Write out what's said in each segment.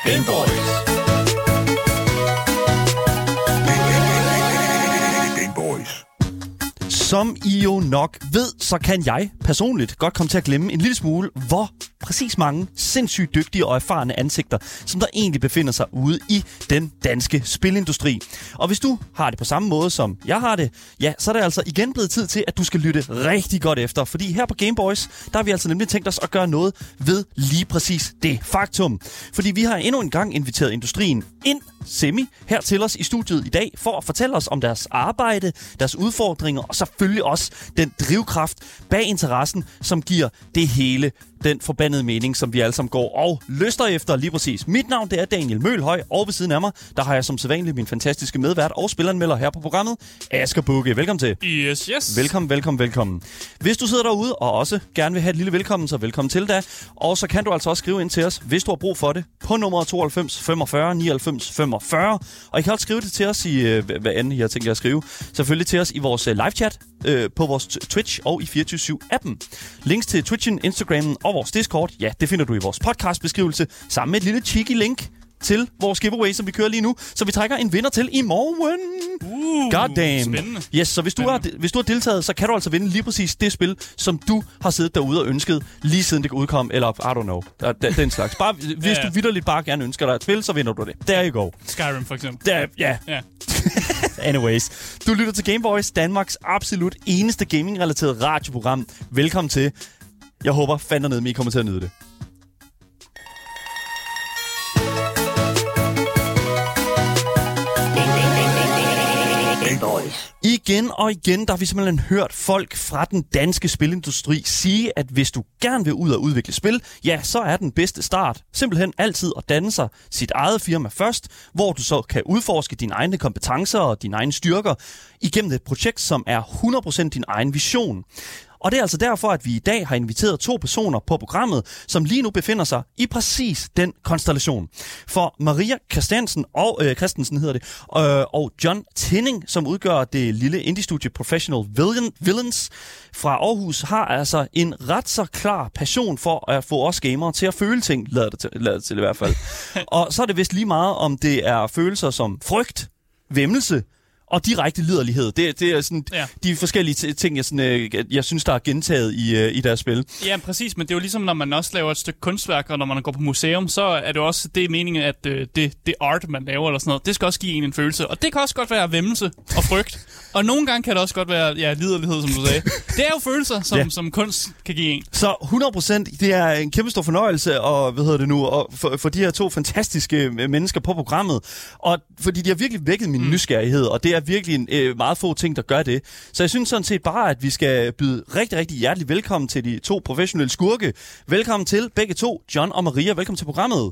Gameboys. Som I jo nok ved, så kan jeg personligt godt komme til at glemme en lille smule, hvor præcis mange sindssygt dygtige og erfarne ansigter, som der egentlig befinder sig ude i den danske spilindustri. Og hvis du har det på samme måde, som jeg har det, ja, så er det altså igen blevet tid til, at du skal lytte rigtig godt efter. Fordi her på Gameboys, der har vi altså nemlig tænkt os at gøre noget ved lige præcis det faktum. Fordi vi har endnu en gang inviteret industrien ind, her til os i studiet i dag, for at fortælle os om deres arbejde, deres udfordringer, og selvfølgelig også den drivkraft bag interessen, som giver det hele den forbandede mening, som vi alle sammen går og lyster efter lige præcis. Mit navn, det er Daniel Mølhøj, og ved siden af mig, der har jeg som sædvanligt min fantastiske medvært og spilleranmelder her på programmet, Asger Bugge. Velkommen til. Yes. Velkommen. Hvis du sidder derude og også gerne vil have et lille velkommen, så velkommen til da. Og så kan du altså også skrive ind til os, hvis du har brug for det, på nummer 92 45 99 45. Og I kan også skrive det til os i, hvad end I har tænkt jer at skrive, selvfølgelig til os i vores live-chat på vores Twitch og i 24/7-appen. Links til Twitchen, Instagrammen og vores Discord, ja, det finder du i vores podcastbeskrivelse, sammen med et lille cheeky link til vores giveaway, som vi kører lige nu, så vi trækker en vinder til i morgen. Goddamn. Spændende. Yes, så hvis du har deltaget, så kan du altså vinde lige præcis det spil, som du har siddet derude og ønsket, lige siden det udkom, eller I don't know, den slags. Bare, hvis du vitterligt bare gerne ønsker dig et spil, så vinder du det. There you go. Skyrim for eksempel. Ja. Anyways, du lytter til Gameboys, Danmarks absolut eneste gaming-relateret radioprogram. Velkommen til. Jeg håber fandme, at I kommer til at nyde det. Igen og igen, der har vi simpelthen hørt folk fra den danske spilindustri sige, at hvis du gerne vil ud og udvikle spil, ja, så er den bedste start simpelthen altid at danne sig sit eget firma først, hvor du så kan udforske dine egne kompetencer og dine egne styrker igennem et projekt, som er 100% din egen vision. Og det er altså derfor, at vi i dag har inviteret 2 personer på programmet, som lige nu befinder sig i præcis den konstellation. For Maria Christensen og John Tinning, som udgør det lille indie-studie Professional Villains fra Aarhus, har altså en ret så klar passion for at få os gamere til at føle ting, lader det til i hvert fald. Og så er det vist lige meget, om det er følelser som frygt, væmmelse, og direkte liderlighed. Det er sådan de forskellige ting, jeg synes, der er gentaget i deres spil. Ja, præcis, men det er jo ligesom, når man også laver et stykke kunstværk, og når man går på museum, så er det også det meningen, at det art, man laver eller sådan noget, det skal også give en følelse. Og det kan også godt være væmmelse og frygt. Og nogle gange kan det også godt være liderlighed, som du sagde. Det er jo følelser, som kunst kan give en. Så 100%, det er en kæmpe stor fornøjelse og for de her 2 fantastiske mennesker på programmet. Og fordi de har virkelig vækket min nysgerrighed, og det er virkelig meget få ting, der gør det. Så jeg synes sådan set bare, at vi skal byde rigtig, rigtig hjertelig velkommen til de 2 professionelle skurke. Velkommen til begge 2, John og Maria. Velkommen til programmet.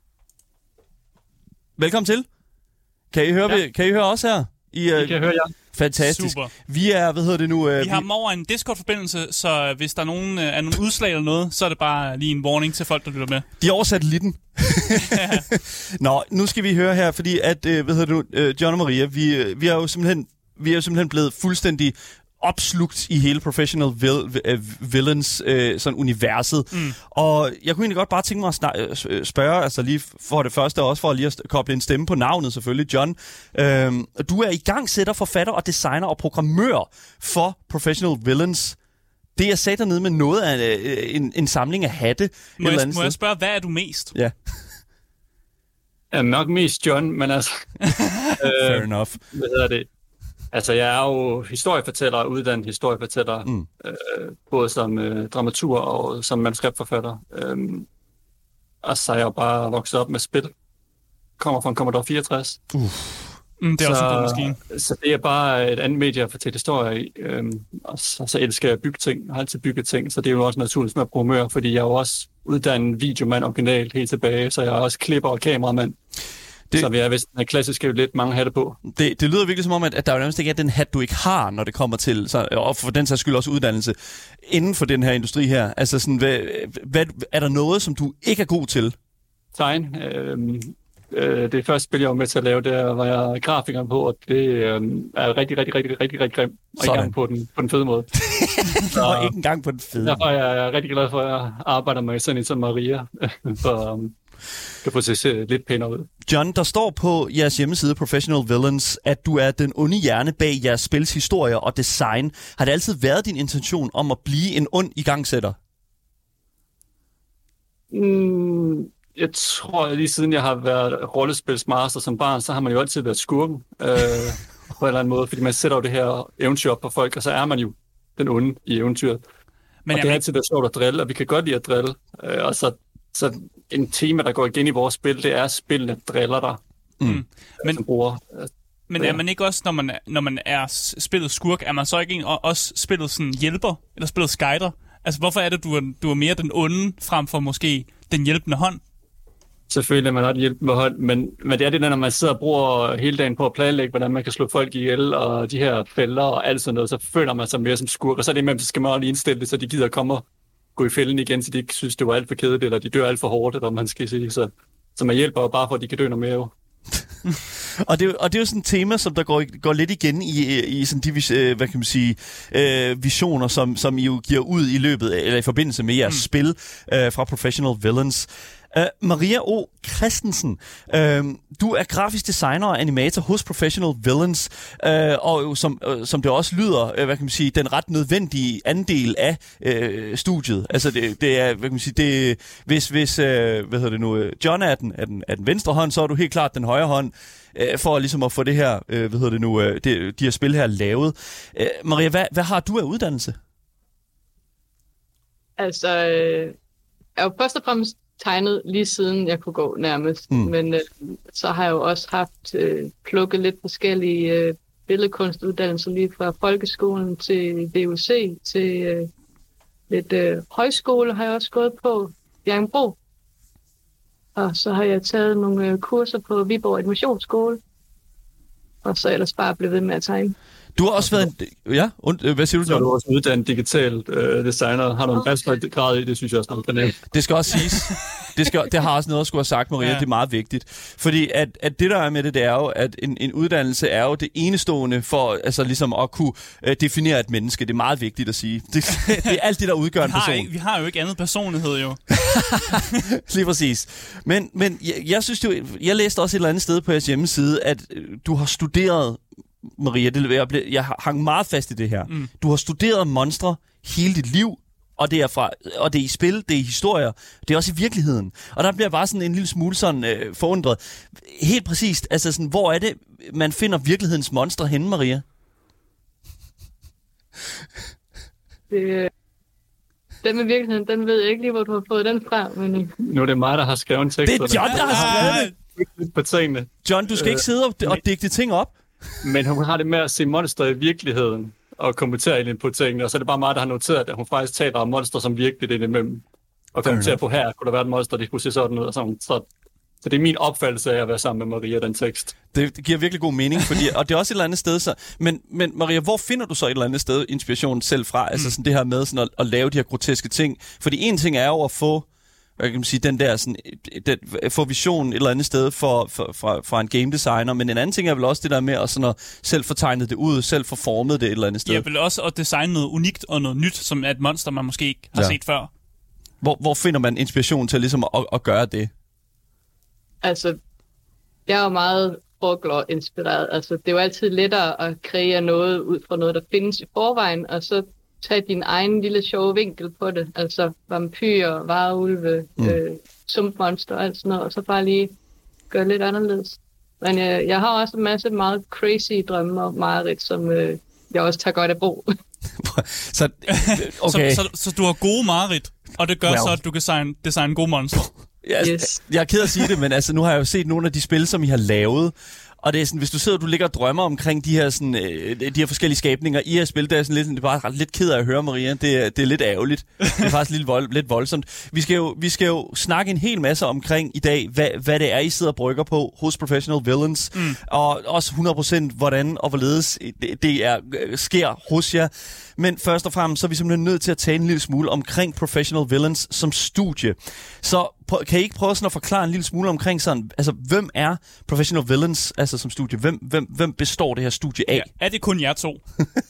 Velkommen til. Kan I høre os her? I kan høre jer. Fantastisk. Super. Vi er, vi har dem over en Discord-forbindelse, så hvis der er nogle udslag eller noget, så er det bare lige en warning til folk, der lytter med. De har oversat litten. Nå, nu skal vi høre her, fordi at, John og Maria, vi er jo simpelthen blevet fuldstændig opslugt i hele Professional Villains sådan universet. Og jeg kunne egentlig godt bare tænke mig at spørge, altså lige for det første, også for lige at koble en stemme på navnet selvfølgelig, John. Du er igangsætter, forfatter og designer og programmør for Professional Villains. Det er sat dernede med noget af en samling af hatte. Må jeg spørge, hvad er du mest? Ja. Jeg er nok mest John, men altså... Fair enough. Hvad hedder det? Altså, jeg er jo historiefortæller, uddannet historiefortæller, både som dramaturg og som manuskriptforfatter. Og så er jeg jo bare vokset op med spil. Kommer fra en Commodore 64. Det er også en god maskine. Så det er bare et andet medie at fortælle historier i. Og så elsker jeg at bygge ting. Jeg har altid bygget ting, så det er jo også naturligt med at programmere, fordi jeg er jo også uddannet videomand originalt helt tilbage, så jeg er også klipper og kameramand. Så vi er vist den klassiske lidt mange hatte på. Det lyder virkelig som om, at der jo nærmest ikke er den hat, du ikke har, når det kommer til, og for den sags skyld også uddannelse, inden for den her industri her. Altså sådan, hvad, er der noget, som du ikke er god til? Tegn. Det første spil, jeg var med til at lave, der var jeg grafiker på, og det er rigtig grim. Og ikke engang på den fede måde. Og ikke engang på den fede. Derfor er jeg rigtig glad for, at jeg arbejder med sådan en som Maria. For kan få til at se lidt pænere ud. John, der står på jeres hjemmeside Professional Villains, at du er den onde hjerne bag jeres spils historier og design. Har det altid været din intention om at blive en ond igangsætter? Jeg tror, at lige siden jeg har været rollespilsmaster som barn, så har man jo altid været skurken på en eller anden måde, fordi man sætter jo det her eventyr op på folk, og så er man jo den onde i eventyret. Men og det har altid været sjovt at drille, og vi kan godt lide at drille. Og så en tema, der går igen i vores spil, det er spillene driller dig. Men er man ikke også, når man er spillet skurk, er man så ikke også spillet sådan hjælper, eller spillet skejder? Altså, hvorfor er det, du er mere den onde, frem for måske den hjælpende hånd? Selvfølgelig er man også hjælpende hånd, men det er det der, når man sidder og bruger hele dagen på at planlægge, hvordan man kan slå folk ihjel, og de her fælder og alt sådan noget, så føler man sig mere som skurk, og så er det imellem, så skal man også lige indstille det, så de gider komme og gå i fælden igen, så de ikke synes, det var alt for kedeligt, eller de dør alt for hårdt, eller man skal sige. Så man hjælper jo bare for, at de kan dø noget mere jo. Og det er jo sådan et tema, som der går lidt igen i sådan de, hvad kan man sige, visioner, som I jo giver ud i løbet, eller i forbindelse med jeres spil fra Professional Villains. Maria O. Christensen, du er grafisk designer og animator hos Professional Villains, og som det også lyder, hvad kan man sige, den ret nødvendige andel af studiet. Altså det er, hvad kan man sige, det hvis hvad hedder det nu, John er den venstre hånd, så er du helt klart den højre hånd for ligesom at få det her, hvad hedder det nu, de her spil her lavet. Maria, hvad har du af uddannelse? Altså, jeg er jo først og fremmest tegnet lige siden jeg kunne gå nærmest, men så har jeg jo også haft plukket lidt forskellige billedkunstuddannelser lige fra folkeskolen til VUC til lidt højskole har jeg også gået på Bjerringbro. Og så har jeg taget nogle kurser på Viborg Animationsskole, og så ellers bare blevet ved med at tegne. Du har også været hvad siger du? Så er du også uddannet digital designer. Har du en bachelorgrad i det, synes jeg også er noget. Det skal også siges. Det har også noget at skulle have sagt, Maria. Ja. Det er meget vigtigt. Fordi at det, der er med det er jo, at en uddannelse er jo det enestående for altså ligesom at kunne definere et menneske. Det er meget vigtigt at sige. Det er alt det, der udgør en person. Vi har jo ikke andet personlighed, jo. Lige præcis. Men jeg synes jo, jeg læste også et eller andet sted på jeres hjemmeside, at du har studeret, Maria, jeg hang meget fast i det her. Du har studeret monstre hele dit liv, og det er i spil, det er i historier, det er også i virkeligheden. Og der bliver bare sådan en lille smule sådan forundret. Helt præcist, altså sådan, hvor er det, man finder virkelighedens monstre henne, Maria? Den med virkeligheden, den ved jeg ikke lige, hvor du har fået den fra. Men nu er det mig, der har skrevet en tekst. Det er John, der har skrevet det. På tingene. John, du skal ikke sidde og digte ting op. Men hun har det med at se monster i virkeligheden og kommentere ind på tingene, og så er det bare mig, der har noteret, at hun faktisk taler om monster som virkelig det imellem. Og kommentere på her, kunne der være et monster, det kunne se sådan ud. Og sådan. Så det er min opfattelse af at være sammen med Maria, den tekst. Det giver virkelig god mening, fordi, og det er også et eller andet sted. Så, men Maria, hvor finder du så et eller andet sted inspiration selv fra? Altså sådan det her med sådan at lave de her groteske ting. Fordi en ting er jo at få, hvad kan man sige, den der sådan, få vision et eller andet sted fra en game designer, men en anden ting er vel også det der med at sådan at selv få tegnet det ud, selv få formet det et eller andet sted. Ja, vel også at designe noget unikt og noget nyt, som er et monster, man måske ikke har set før. Hvor finder man inspiration til ligesom at gøre det? Altså, jeg er jo meget folklore-inspireret. Altså, det er jo altid lettere at kreere noget ud fra noget, der findes i forvejen, og så tage din egen lille sjove vinkel på det. Altså vampyrer, varulve, sumpmonster og alt sådan noget, og så bare lige gøre lidt anderledes. Men jeg har også en masse meget crazy drømme og mareridt, som jeg også tager godt af brug. Så, okay. så du har gode mareridt, og det gør så, at du kan designe gode monster. Yes. Jeg er ked af at sige det, men altså, nu har jeg jo set nogle af de spil, som I har lavet. Og det er sådan, hvis du sidder og du ligger og drømmer omkring de her forskellige skabninger i at spille, det er sådan lidt, det er bare lidt ked af at høre, Maria. Det er lidt ærgerligt. Det er faktisk lidt voldsomt. Vi skal jo snakke en hel masse omkring i dag, hvad det er, I sidder og brygger på hos Professional Villains. Og også 100% hvordan og hvorledes det sker hos jer. Men først og fremmest, så er vi simpelthen nødt til at tale en lille smule omkring Professional Villains som studie. Så kan I ikke prøve sådan at forklare en lille smule omkring sådan, altså hvem er Professional Villains altså som studie? Hvem består det her studie af? Ja, er det kun jer to?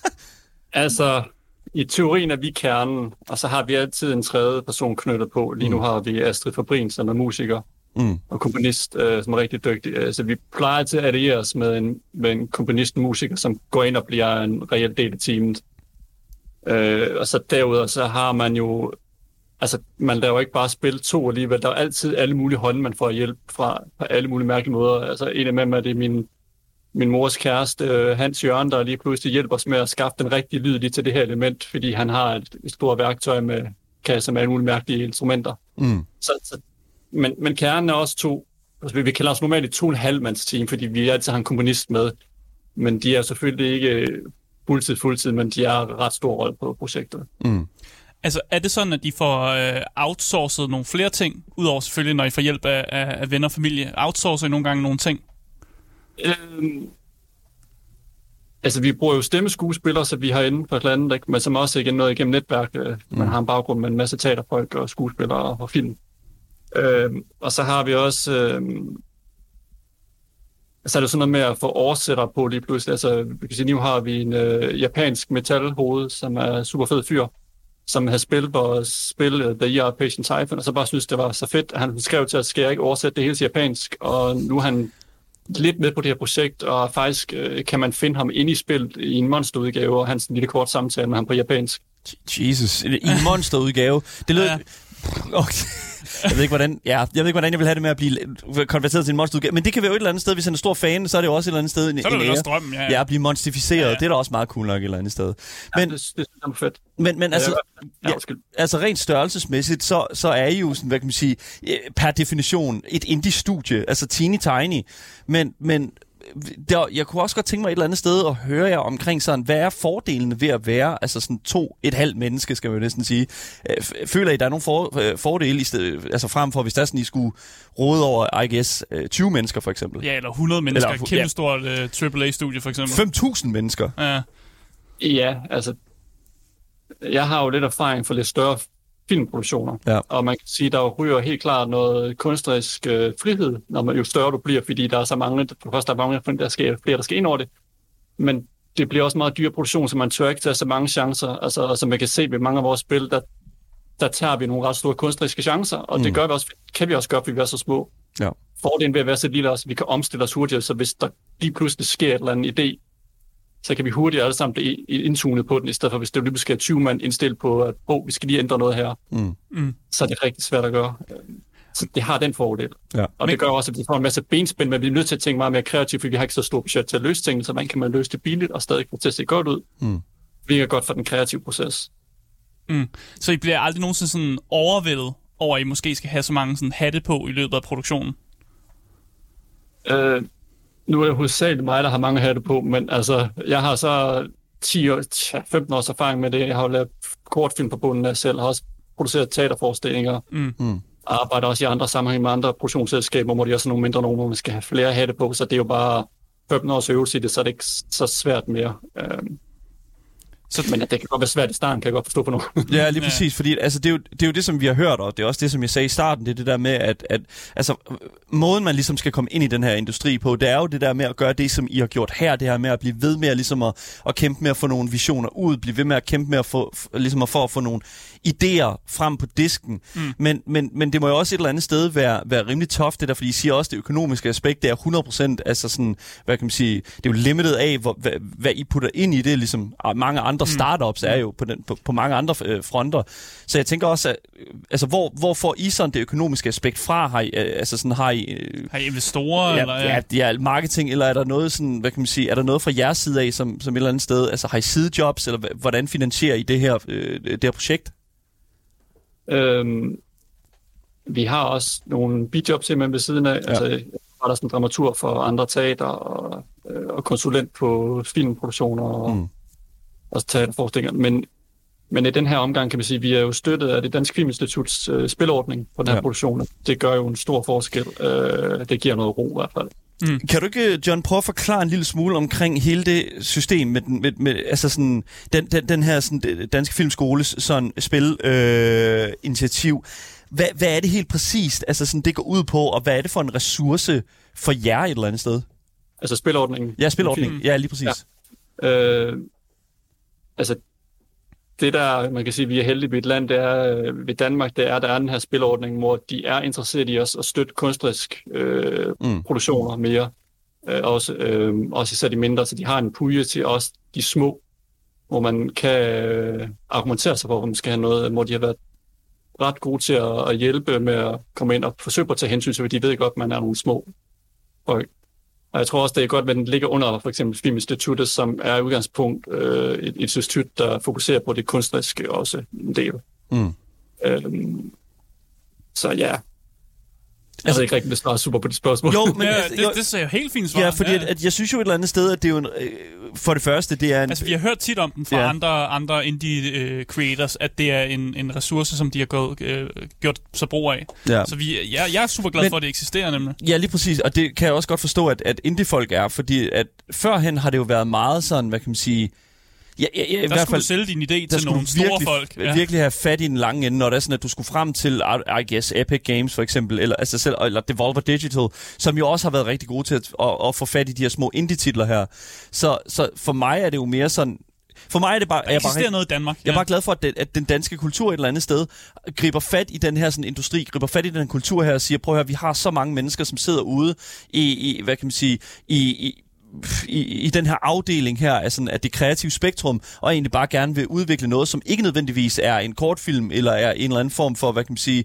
Altså, i teorien er vi kernen, og så har vi altid en tredje person knyttet på. Lige nu har vi Astrid Fabrin, som er musiker. og komponist, som er rigtig dygtig. Så vi plejer til at alliere os med en komponist-musiker, som går ind og bliver en reel del af teamet. Og så derudover, så har man jo... Altså, man laver ikke bare spil 2 alligevel. Der er altid alle mulige hånde, man får hjælp fra på alle mulige mærkelige måder. Altså, en af dem er det min mors kæreste, Hans Jørgen, der lige pludselig hjælper os med at skaffe den rigtige lyd lige til det her element, fordi han har et stort værktøj med kasser med alle mulige mærkelige instrumenter. Men kernen er også 2. Altså, vi kalder os normalt et 2,5-mands team, fordi vi altid har en komponist med. Men de er selvfølgelig ikke fuldtid, men de har ret stor rolle på projektet. Altså, er det sådan, at de får outsourcet nogle flere ting, udover selvfølgelig, når I får hjælp af venner og familie? Outsourcer I nogle gange nogle ting? Altså, vi bruger jo stemmeskuespillere, så vi har inde på et eller andet, men som også igen noget igennem netværk. Man har en baggrund med en masse teaterfolk og skuespillere og film. Og så har vi også... så er det sådan noget med at få oversætter på lige pludselig. Altså, vi kan sige, nu har vi en japansk metalhoved, som er super fed fyr, som havde spillet på spil The Year of Patient Typhon, og så bare synes, det var så fedt, at han skrev til, at skal jeg ikke oversætte det hele til japansk, og nu er han lidt med på det her projekt, og faktisk kan man finde ham inde i spillet i en monsterudgave, og hans lille kort samtale med ham på japansk. Jesus, i en monsterudgave. Det lød... Ja. Okay. Jeg ved ikke, hvordan jeg vil have det med at blive konverteret til en monsterudgave. Men det kan være jo et eller andet sted. Hvis han er stor fan, så er det jo også et eller andet sted en ære. Også drømmen, ja. At blive monstificeret. Ja. Det er da også meget cool nok et eller andet sted. Men, ja, det er fedt. Men altså rent størrelsesmæssigt, så er I jo sådan, hvad kan man sige, per definition et indie-studie. Altså teeny tiny. Men jeg kunne også godt tænke mig et eller andet sted at høre jer omkring sådan, hvad er fordelene ved at være altså sådan 2,5 menneske, skal man jo næsten sige. Føler I, der er nogle fordele i stedet, altså frem for, hvis der sådan, I skulle rode over, I guess, 20 mennesker for eksempel? Ja, eller 100 mennesker. Eller, kæmpestort AAA-studie for eksempel. 5.000 mennesker? Ja, altså, jeg har jo lidt erfaring for lidt større filmproduktioner, og man kan sige, der ryger helt klart noget kunstnerisk frihed, når man jo større du bliver, fordi der er så mange, der skal flere, der skal ind over det, men det bliver også meget dyre produktion, så man tør ikke tage så mange chancer, altså som man kan se ved mange af vores spil, der tager vi nogle ret store kunstneriske chancer, og det gør vi også, kan vi også gøre, fordi vi er så små. Ja. Fordelen ved at være så lille også, vi kan omstille os hurtigere, så hvis der lige pludselig sker et eller andet idé, så kan vi hurtigt alle sammen blive indtunet på den, i stedet for hvis det lige skal 20 mand indstillet på, at vi skal lige ændre noget her. Så er det rigtig svært at gøre. Så det har den fordel. Ja. Og det gør også, at vi får en masse benspænd, men vi er nødt til at tænke meget mere kreativt, fordi vi har ikke så stor budget til at løse tingene, så man kan løse det billigt og stadig få til at se godt ud. Det er godt for den kreative proces. Så I bliver aldrig nogensinde sådan overvældet over, at I måske skal have så mange sådan hatte på i løbet af produktionen? Nu er det hovedsageligt mig, der har mange hatte på, men altså, jeg har så 15 års erfaring med det. Jeg har jo lavet kortfilm på bunden af selv, har også produceret teaterforestillinger, og arbejder også i andre sammenhæng med andre produktionsselskaber, hvor de også er nogle mindre nogen, hvor man skal have flere hatte på, så det er jo bare 15 års øvelse i det, så er det ikke så svært mere. Men det kan godt være svært i starten, kan jeg godt forstå på nogen. Ja, lige præcis, fordi altså, det er jo det, som vi har hørt, og det er også det, som jeg sagde i starten, det er det der med, at altså, måden man ligesom skal komme ind i den her industri på, det er jo det der med at gøre det, som I har gjort her, det her med at blive ved med at, ligesom at kæmpe med at få nogle visioner ud, blive ved med at kæmpe med at få, ligesom for at få nogle idéer frem på disken. Men det må jo også et eller andet sted være rimelig tough, det der, fordi I siger også, det økonomiske aspekt, det er 100%, altså sådan, hvad kan man sige, det er jo limited af, hvad I putter ind i det, ligesom mange andre startups er jo på mange andre fronter. Så jeg tænker også, at, altså, hvor får I sådan det økonomiske aspekt fra? Har I investorer? Ja, marketing, eller er der noget sådan, hvad kan man sige, er der noget fra jeres side af, som et eller andet sted? Altså har I sidejobs, eller hvordan finansierer I det her projekt? Vi har også nogle bijobs simpelthen ved siden af. Ja. Altså, jeg var der sådan en dramaturg for andre teater og konsulent på filmproduktioner og også teaterforestillinger. Men i den her omgang kan man sige, at vi er jo støttet af det Danske Filminstituts spilordning på den her produktion. Det gør jo en stor forskel. Det giver noget ro i hvert fald. Kan du ikke, John, prøve at forklare en lille smule omkring hele det system med altså sådan den her sådan Danske Filmskoles sådan initiativ? Hvad er det helt præcist, altså sådan det går ud på, og hvad er det for en ressource for jer et eller andet sted? Altså spilordningen? Ja, spilordningen. Ja, lige præcis. Ja. Altså det der, man kan sige, vi er heldige ved et land, det er ved Danmark, det er, der er den her spilordning, hvor de er interesseret i os at støtte kunstnerisk produktioner mere. Også især de mindre, så de har en pulje til os, de små, hvor man kan argumentere sig for, hvor man skal have noget, hvor de har været ret gode til at hjælpe med at komme ind og forsøge på at tage hensyn, så de ved godt, at man er nogle små folk. Og jeg tror også, det er godt, at den ligger under for eksempel Filminstituttet, som er i udgangspunkt et institut, der fokuserer på det kunstneriske også en del. Så ja. Jeg ved ikke rigtig, det svarer super på de spørgsmål. Jo, men det ser jo helt fint svar. Ja, fordi at jeg synes jo et eller andet sted, at det er jo for det første, det er en... Altså, vi har hørt tit om den fra andre indie creators, at det er en ressource, som de har gjort så brug af. Ja. Så jeg er super glad for, at det eksisterer nemlig. Ja, lige præcis. Og det kan jeg også godt forstå, at indie-folk er, fordi at førhen har det jo været meget sådan, hvad kan man sige... Ja, i hvert fald, du sælge din idé til nogle store folk. Ja. Virkelig have fat i den lange ende, når det er sådan, at du skulle frem til, I guess, Epic Games for eksempel, eller Devolver Digital, som jo også har været rigtig gode til at få fat i de her små indie-titler her. Så for mig er det jo mere sådan... For mig er det bare... Der noget i Danmark. Jeg er bare glad for, at den danske kultur et eller andet sted griber fat i den her sådan, industri, griber fat i den kultur her og siger, prøv at høre, vi har så mange mennesker, som sidder ude i hvad kan man sige, i den her afdeling her af det kreative spektrum, og egentlig bare gerne vil udvikle noget, som ikke nødvendigvis er en kortfilm, eller er en eller anden form for, hvad kan man sige,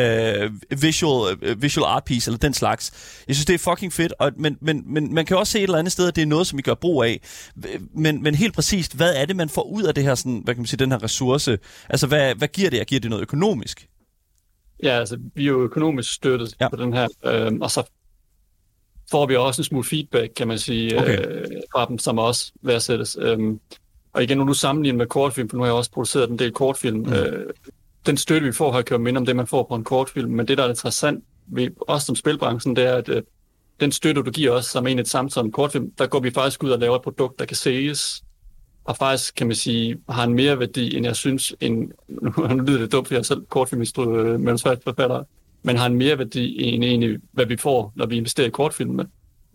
visual art piece, eller den slags. Jeg synes, det er fucking fedt, men man kan også se et eller andet sted, at det er noget, som I gør brug af. Men helt præcist, hvad er det, man får ud af det her, sådan, hvad kan man sige, den her ressource? Altså, hvad giver det? Giver det noget økonomisk? Ja, altså, vi er jo økonomisk støttet på den her, og så får vi også en smule feedback, kan man sige, fra dem, som også værdsættes. Og igen, når du sammenligner med kortfilm, for nu har jeg også produceret en del kortfilm, den støtte, vi får, har kørt mindre om det, man får på en kortfilm, men det, der er interessant ved os som spilbranchen, det er, at den støtte, du giver os, som egentlig samt som en kortfilm, der går vi faktisk ud og laver et produkt, der kan sælges, og faktisk, kan man sige, har en mere værdi, end jeg synes, nu lyder det dumt, for jeg er selv kortfilmforfatter, men har en mere værdi end egentlig, hvad vi får, når vi investerer i kortfilmene,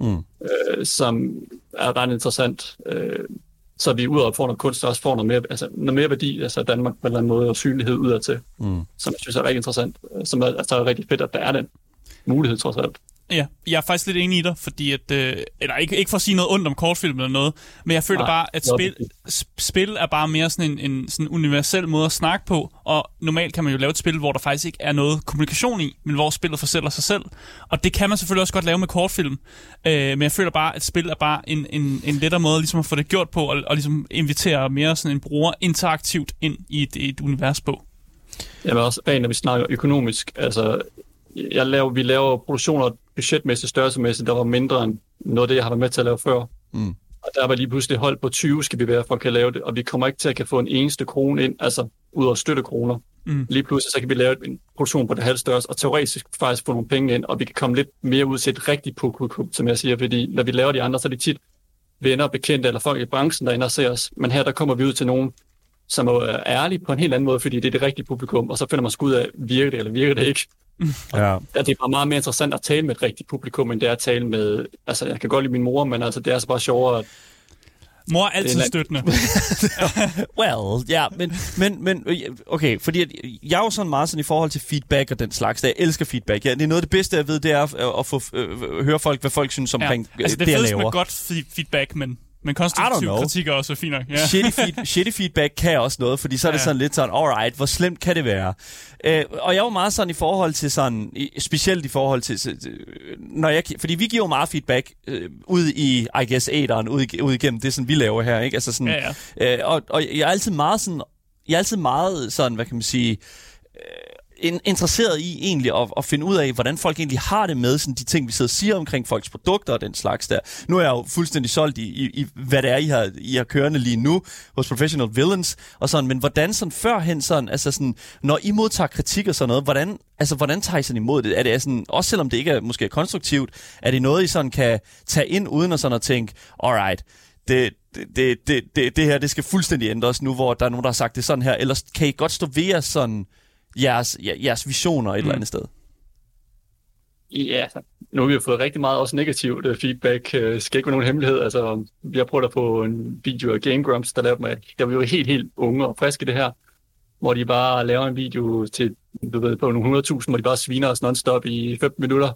som er ret interessant. Så vi udover får noget kunst, også får noget mere værdi, altså Danmark på en eller anden måde, og synlighed udadtil, som jeg synes er rigtig interessant, som er rigtig fedt, at der er den mulighed trods alt. Ja, jeg er faktisk lidt enig i dig, fordi at, eller ikke for at sige noget ondt om kortfilm eller noget, men jeg føler bare, at spil er bare mere sådan en sådan universel måde at snakke på, og normalt kan man jo lave et spil, hvor der faktisk ikke er noget kommunikation i, men hvor spillet fortæller sig selv, og det kan man selvfølgelig også godt lave med kortfilm, men jeg føler bare, at spil er bare en lettere måde ligesom at få det gjort på, og ligesom invitere mere sådan en bruger interaktivt ind i et univers på. Ja, men også rent, når vi snakker økonomisk, altså vi laver produktioner budgetmæssigt, størrelsemæssigt, der var mindre end noget af det, jeg har været med til at lave før. Og der var lige pludselig holdt på 20, skal vi være, for at kan lave det, og vi kommer ikke til at kan få en eneste krone ind, altså ud over støttekroner. Lige pludselig, så kan vi lave en produktion på det halv størrelse, og teoretisk faktisk få nogle penge ind, og vi kan komme lidt mere ud til et rigtigt publikum, som jeg siger, fordi når vi laver de andre, så er det tit venner, bekendte eller folk i branchen, der ender og ser os. Men her, der kommer vi ud til nogen, som er ærlige på en helt anden måde, fordi det er det rigtige publikum, og så finder man sgu ud af, virker det eller virker det ikke. Ja. Det er bare meget mere interessant at tale med et rigtigt publikum, end det er at tale med... Altså, jeg kan godt lide min mor, men altså, det er så bare sjovere... Mor er altid støttende. Well, ja, men okay, fordi jeg er jo sådan meget sådan i forhold til feedback og den slags, jeg elsker feedback. Ja, det er noget af det bedste, jeg ved, det er at få høre folk, hvad folk synes omkring det, jeg laver. Det er fedest med godt feedback, men konstruktiv kritik er også fint nok. Yeah. Shitty feedback kan også noget, fordi så er det sådan lidt sådan, alright, hvor slemt kan det være? Og jeg er jo meget sådan i forhold til sådan, specielt i forhold til, fordi vi giver jo meget feedback ud i, I guess, æderen, ud igennem det, sådan vi laver her, ikke? Altså sådan, og jeg er altid meget sådan, hvad kan man sige, interesseret i egentlig at finde ud af, hvordan folk egentlig har det med sådan de ting, vi sidder og siger omkring folks produkter og den slags der. Nu er jeg jo fuldstændig solgt i hvad det er, I har kørende lige nu hos Professional Villains og sådan, men hvordan sådan førhen sådan, altså sådan, når I modtager kritik og sådan noget, hvordan tager I sådan imod det? Er det sådan, også selvom det ikke er måske konstruktivt, er det noget, I sådan kan tage ind uden at sådan at tænke, alright, det her, det skal fuldstændig ændres nu, hvor der er nogen, der har sagt det sådan her, eller kan I godt stå ved jeres sådan jeres visioner et eller andet sted? Ja, nu har vi jo fået rigtig meget også negativt feedback. Skal ikke være nogen hemmelighed. Altså, vi har prøvet at få en video af Game Grumps, der lavede mig. Der var jo helt unge og friske det her, hvor de bare laver en video til på nogle 100.000, hvor de bare sviner os non-stop i 15 minutter.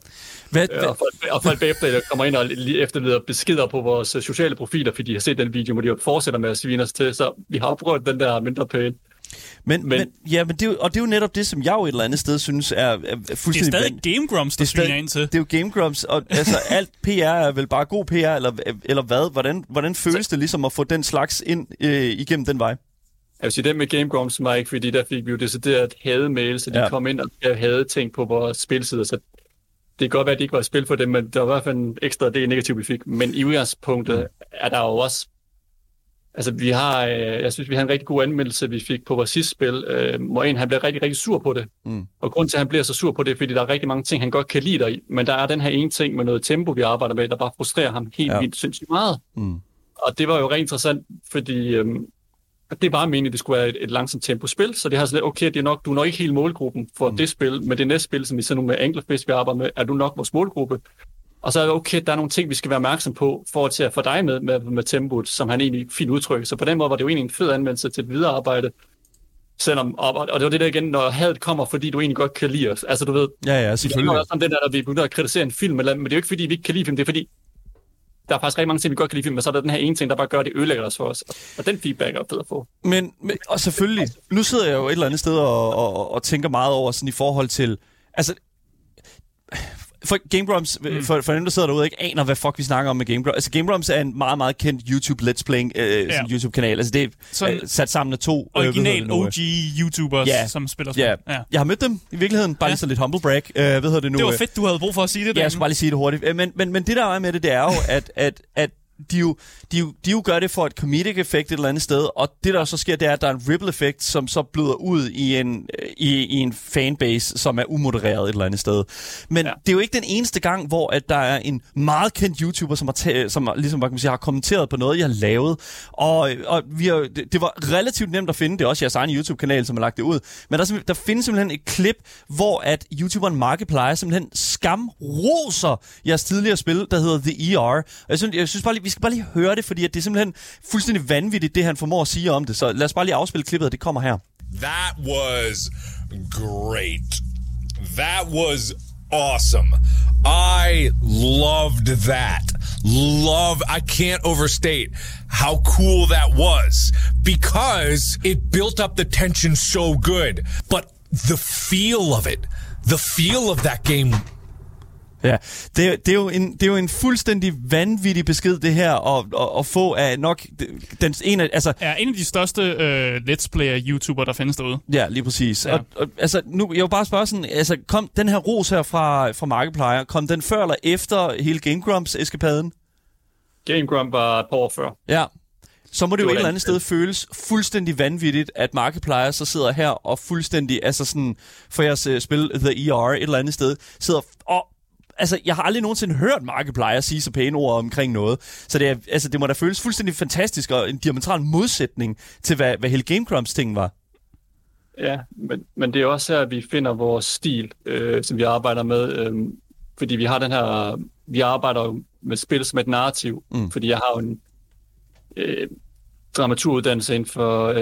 Og folk bagefter der kommer ind og efterleder beskeder på vores sociale profiler, fordi de har set den video, hvor de jo fortsætter med at svine os til. Så vi har prøvet den der mindre pæn. Men det er jo netop det, som jeg jo et eller andet sted synes er fuldstændig... Det er stadig Game Grumps, der sviner ind til. Det er jo Game Grumps, og altså alt PR er vel bare god PR, eller hvad? Hvordan føles det ligesom at få den slags ind igennem den vej? Jeg vil sige, det med Game Grumps var ikke, fordi der fik vi jo decideret hademail, så de kom ind og havde ting på vores spilsider, så det kan godt være, at det ikke var et spil for dem, men der var i hvert fald en ekstra del negativt, vi fik. Men i udgangspunktet er der jo også... Altså, jeg synes, vi har en rigtig god anmeldelse, vi fik på vores sidste spil, hvor han blev rigtig, rigtig sur på det. Og grunden til, at han bliver så sur på det, er, fordi der er rigtig mange ting, han godt kan lide dig i, men der er den her ene ting med noget tempo, vi arbejder med, der bare frustrerer ham helt vildt sindssygt meget. Og det var jo rigtig interessant, fordi det var meningen, at det skulle være et langsomt tempo-spil, så det har sådan lidt, okay, du er nok ikke hele målgruppen for det spil, men det næste spil, som vi så nu med Anglerfish, vi arbejder med, er du nok vores målgruppe. Og så er det okay, der er nogle ting, vi skal være opmærksom på, for at få dig med tempoet, som han egentlig fint udtrykker. Så på den måde var det jo egentlig en fed anvendelse til et videre arbejde. Selvom, og det var det der igen, når hadet kommer, fordi du egentlig godt kan lide os. Altså du ved, ja, selvfølgelig. Det er også den der, vi begynder at kritisere en film, men det er jo ikke fordi, vi ikke kan lide film, det er fordi, der er faktisk rigtig mange ting, vi godt kan lide film, men så er der den her ene ting, der bare gør det ødelægger os for os. Og den feedback er fed at få. Men og selvfølgelig, nu sidder jeg jo et eller andet sted og tænker meget over sådan i forhold til, altså... For Game Grumps, for dem, der sidder derude, ikke aner, hvad fuck vi snakker om med Game Grumps. Altså, Game Grumps er en meget, meget kendt YouTube Let's Playing YouTube-kanal. Altså, det er sat sammen af to... Original OG-YouTubers, som spiller spil. Ja. Jeg har mødt dem i virkeligheden. Bare lige så lidt humble brag. Det var fedt, du havde brug for at sige det. Ja, jeg skulle bare lige sige det hurtigt. Men det der er med det er jo, at de jo gør det for et comedic effekt et eller andet sted, og det der så sker, det er, at der er en ripple effekt, som så bløder ud i en fanbase, som er umodereret et eller andet sted. Men det er jo ikke den eneste gang, hvor at der er en meget kendt YouTuber, som ligesom, hvad kan man sige, har kommenteret på noget, jeg har lavet, og det var relativt nemt at finde, det er også jeres egen YouTube-kanal, som har lagt det ud, men der findes simpelthen et klip, hvor at YouTuberen Markiplier simpelthen skamroser jeres tidligere spil, der hedder The ER, og jeg synes bare lige, vi skal bare lige høre det, fordi at det er simpelthen fuldstændig vanvittigt, det han formår at sige om det. Så lad os bare lige afspille klippet, og det kommer her. That was great. That was awesome. I loved that. I can't overstate how cool that was because it built up the tension so good. But the feel of that game. Ja, det er jo en fuldstændig vanvittig besked, det her, at få af nok en af de største Let's Player-YouTuber, der findes derude. Ja, lige præcis. Ja. Og altså, nu, jeg vil bare spørge sådan, altså, kom den her ros her fra Markiplier, kom den før eller efter hele Game Grumps-eskapaden? Game Grump var et par år før. Ja. Så må det jo et eller andet sted føles fuldstændig vanvittigt, at Markiplier så sidder her og fuldstændig, altså sådan, for jeres spil The ER et eller andet sted, sidder og... Altså, jeg har aldrig nogensinde hørt Markiplier sige så pæne ord omkring noget. Så det må da føles fuldstændig fantastisk og en diametral modsætning til, hvad hele Game Grumps ting var. Ja, men det er også her, at vi finder vores stil, som vi arbejder med. Fordi vi har den her... Vi arbejder jo med spil som et narrativ. Fordi jeg har jo en dramaturuddannelse inden for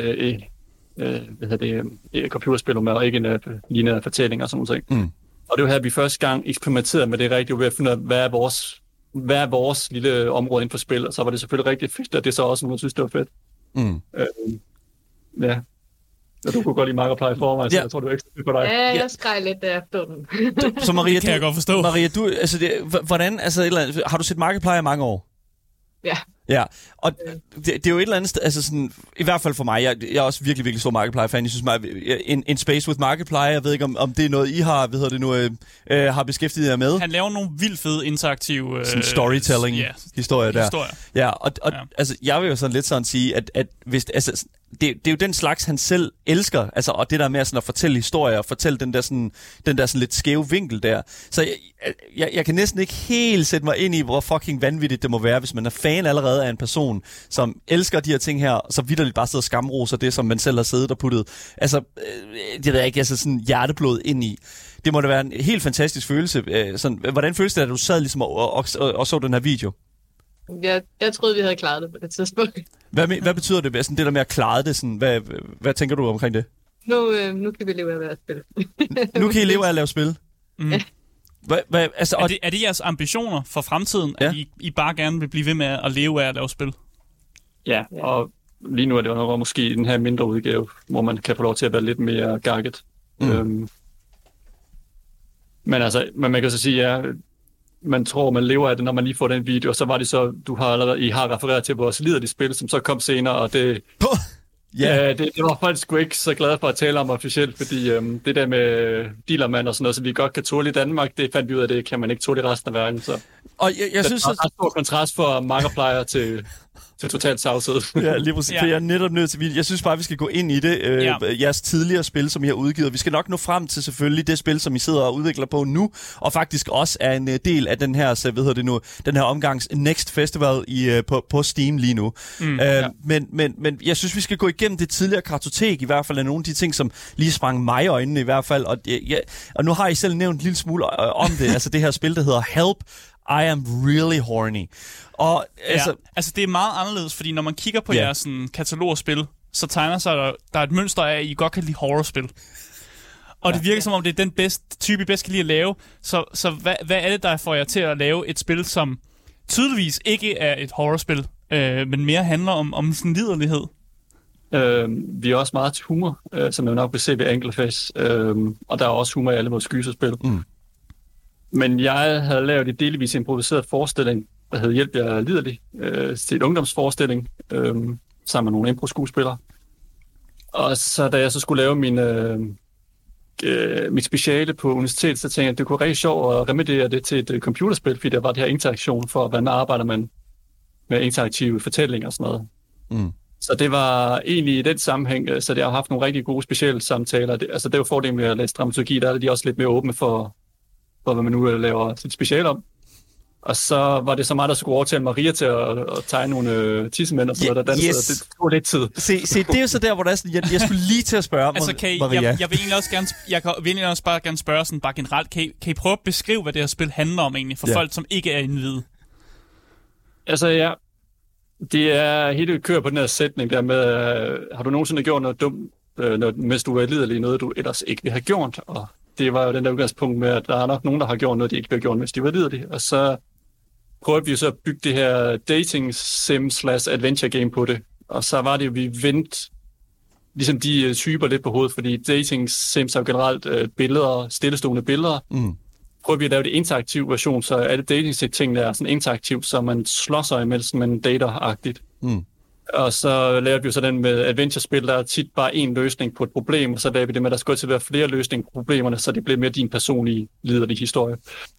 computerspil, og ikke en lignende fortælling og sådan noget. Og det var her, vi første gang eksperimenterede med det rigtigt, ved at finde ud af, hvad er vores lille område inden for spil, og så var det selvfølgelig rigtig fedt, og det er så også nogen, der synes, det var fedt. Ja. Og du kunne godt lide Markiplier for mig, så jeg tror, det var ekstra fedt for dig. Ja, jeg skreg lidt efter den. Så Maria, det kan jeg godt forstå. Maria, hvordan, altså, har du set Markiplier i mange år? Ja. Ja, og det er jo et eller andet sted, altså sådan, i hvert fald for mig, jeg er også virkelig, virkelig stor Markiplier-fan. Jeg synes, en Space with Markiplier, jeg ved ikke, om det er noget, I har, har beskæftiget jer med. Han laver nogle vildt fede interaktive... storytelling-historier der. Ja, og altså, jeg vil jo sådan lidt sådan sige, at hvis, altså, det er jo den slags, han selv elsker, altså, og det der med sådan at fortælle historier, og fortælle den der sådan lidt skæve vinkel der. Så jeg kan næsten ikke helt sætte mig ind i, hvor fucking vanvittigt det må være, hvis man er fan allerede af en person, som elsker de her ting her, så vitterligt bare sidder og skamroser det, som man selv har siddet og puttet. Altså, det ved jeg ikke, altså sådan hjerteblod ind i. Det må da være en helt fantastisk følelse. Sådan, hvordan føles det, at du sad ligesom og så den her video? Jeg troede, vi havde klaret det på det tidspunkt. Hvad betyder det, sådan det der med at klare det? Sådan, hvad tænker du omkring det? Nu kan vi leve af at være spil. Nu kan I leve af at lave spil? Mm. Altså, er det jeres ambitioner for fremtiden, at I bare gerne vil blive ved med at leve af at lave spil? Ja, og lige nu er det jo nok måske den her mindre udgave, hvor man kan få lov til at være lidt mere gakket. Men man kan så sige, ja, man tror, man lever af det, når man lige får den video, og så var det så, I har refereret til vores liderlige spil, som så kom senere, og det... Ja, det var folk sgu ikke så glade for at tale om officielt, fordi det der med dealermand og sådan noget, så vi godt kan tåle i Danmark, det fandt vi ud af, det kan man ikke tåle i resten af verden. Så. Og jeg synes, det er en stor kontrast for markerplejer til totalt savsød. Ja, lige præcis. Ja. Jeg er netop nødt til, jeg synes bare, vi skal gå ind i det. Jeres tidligere spil, som I har udgivet. Vi skal nok nå frem til selvfølgelig det spil, som I sidder og udvikler på nu, og faktisk også er en del af den her, den her omgangs Next Festival på Steam lige nu. Men jeg synes, vi skal gå igennem det tidligere kartotek, i hvert fald af nogle af de ting, som lige sprang mig i øjnene i hvert fald. Og nu har I selv nævnt en lille smule om det. Altså det her spil, der hedder Help, I am really horny. Og altså det er meget anderledes, fordi når man kigger på jeres sådan, katalogspil, så tegner sig der er et mønster af, at I godt kan lide horrorspil. Og det virker som om, det er den type, I bedst kan lide at lave. Så hvad er det, der får jer til at lave et spil, som tydeligvis ikke er et horrorspil, men mere handler om sådan liderlighed? Vi er også meget til humor, som jeg nok vil se ved Anglerface. Og der er også humor i alle vores gyserspil. Men jeg havde lavet et delvis improviseret forestilling, der hed Hjælp, jeg er liderlig, til et ungdomsforestilling, sammen med nogle impro-skuespillere. Og så da jeg så skulle lave mit speciale på universitetet, så tænkte jeg, at det kunne være rigtig sjovt at remediere det til et computerspil, fordi der var det her interaktion for, hvordan arbejder man med interaktive fortællinger og sådan noget. Så det var egentlig i den sammenhæng, så det har haft nogle rigtig gode specielle samtaler. Det er jo fordelen med at læse dramaturgi, der er de også lidt mere åbne for hvad man nu laver sit speciale om. Og så var det så meget, der skulle overtale Maria til at tegne nogle tissemænd og sådan noget, der dansede. Det tog lidt tid. Se, det er jo så der, hvor der er sådan, jeg skulle lige til at spørge Maria. Jeg vil egentlig også bare gerne spørge sådan bare generelt. Kan I prøve at beskrive, hvad det her spil handler om egentlig, for folk, som ikke er indvide? Altså ja, det er helt kører på den her sætning der med, har du nogensinde gjort noget dumt, mens du er liderlig, noget du ellers ikke vil have gjort? Og det var jo den der udgangspunkt med, at der er nok nogen, der har gjort noget, de ikke vil have gjort, mens de var liderlige. Og så prøvede vi jo så at bygge det her dating sim/adventure game på det. Og så var det jo, vi vendte ligesom de typer lidt på hovedet, fordi dating sims er jo generelt billeder, stillestående billeder. Prøvede vi at lave det interaktiv version, så alle dating tingene er sådan interaktivt, så man slår sig imellem, man dater-agtigt. Og så lavede vi jo så den med adventure-spil, der er tit bare en løsning på et problem, og så lavede vi det med, at der skulle til at være flere løsninger på problemerne, så det blev mere din personlige liderlige historie.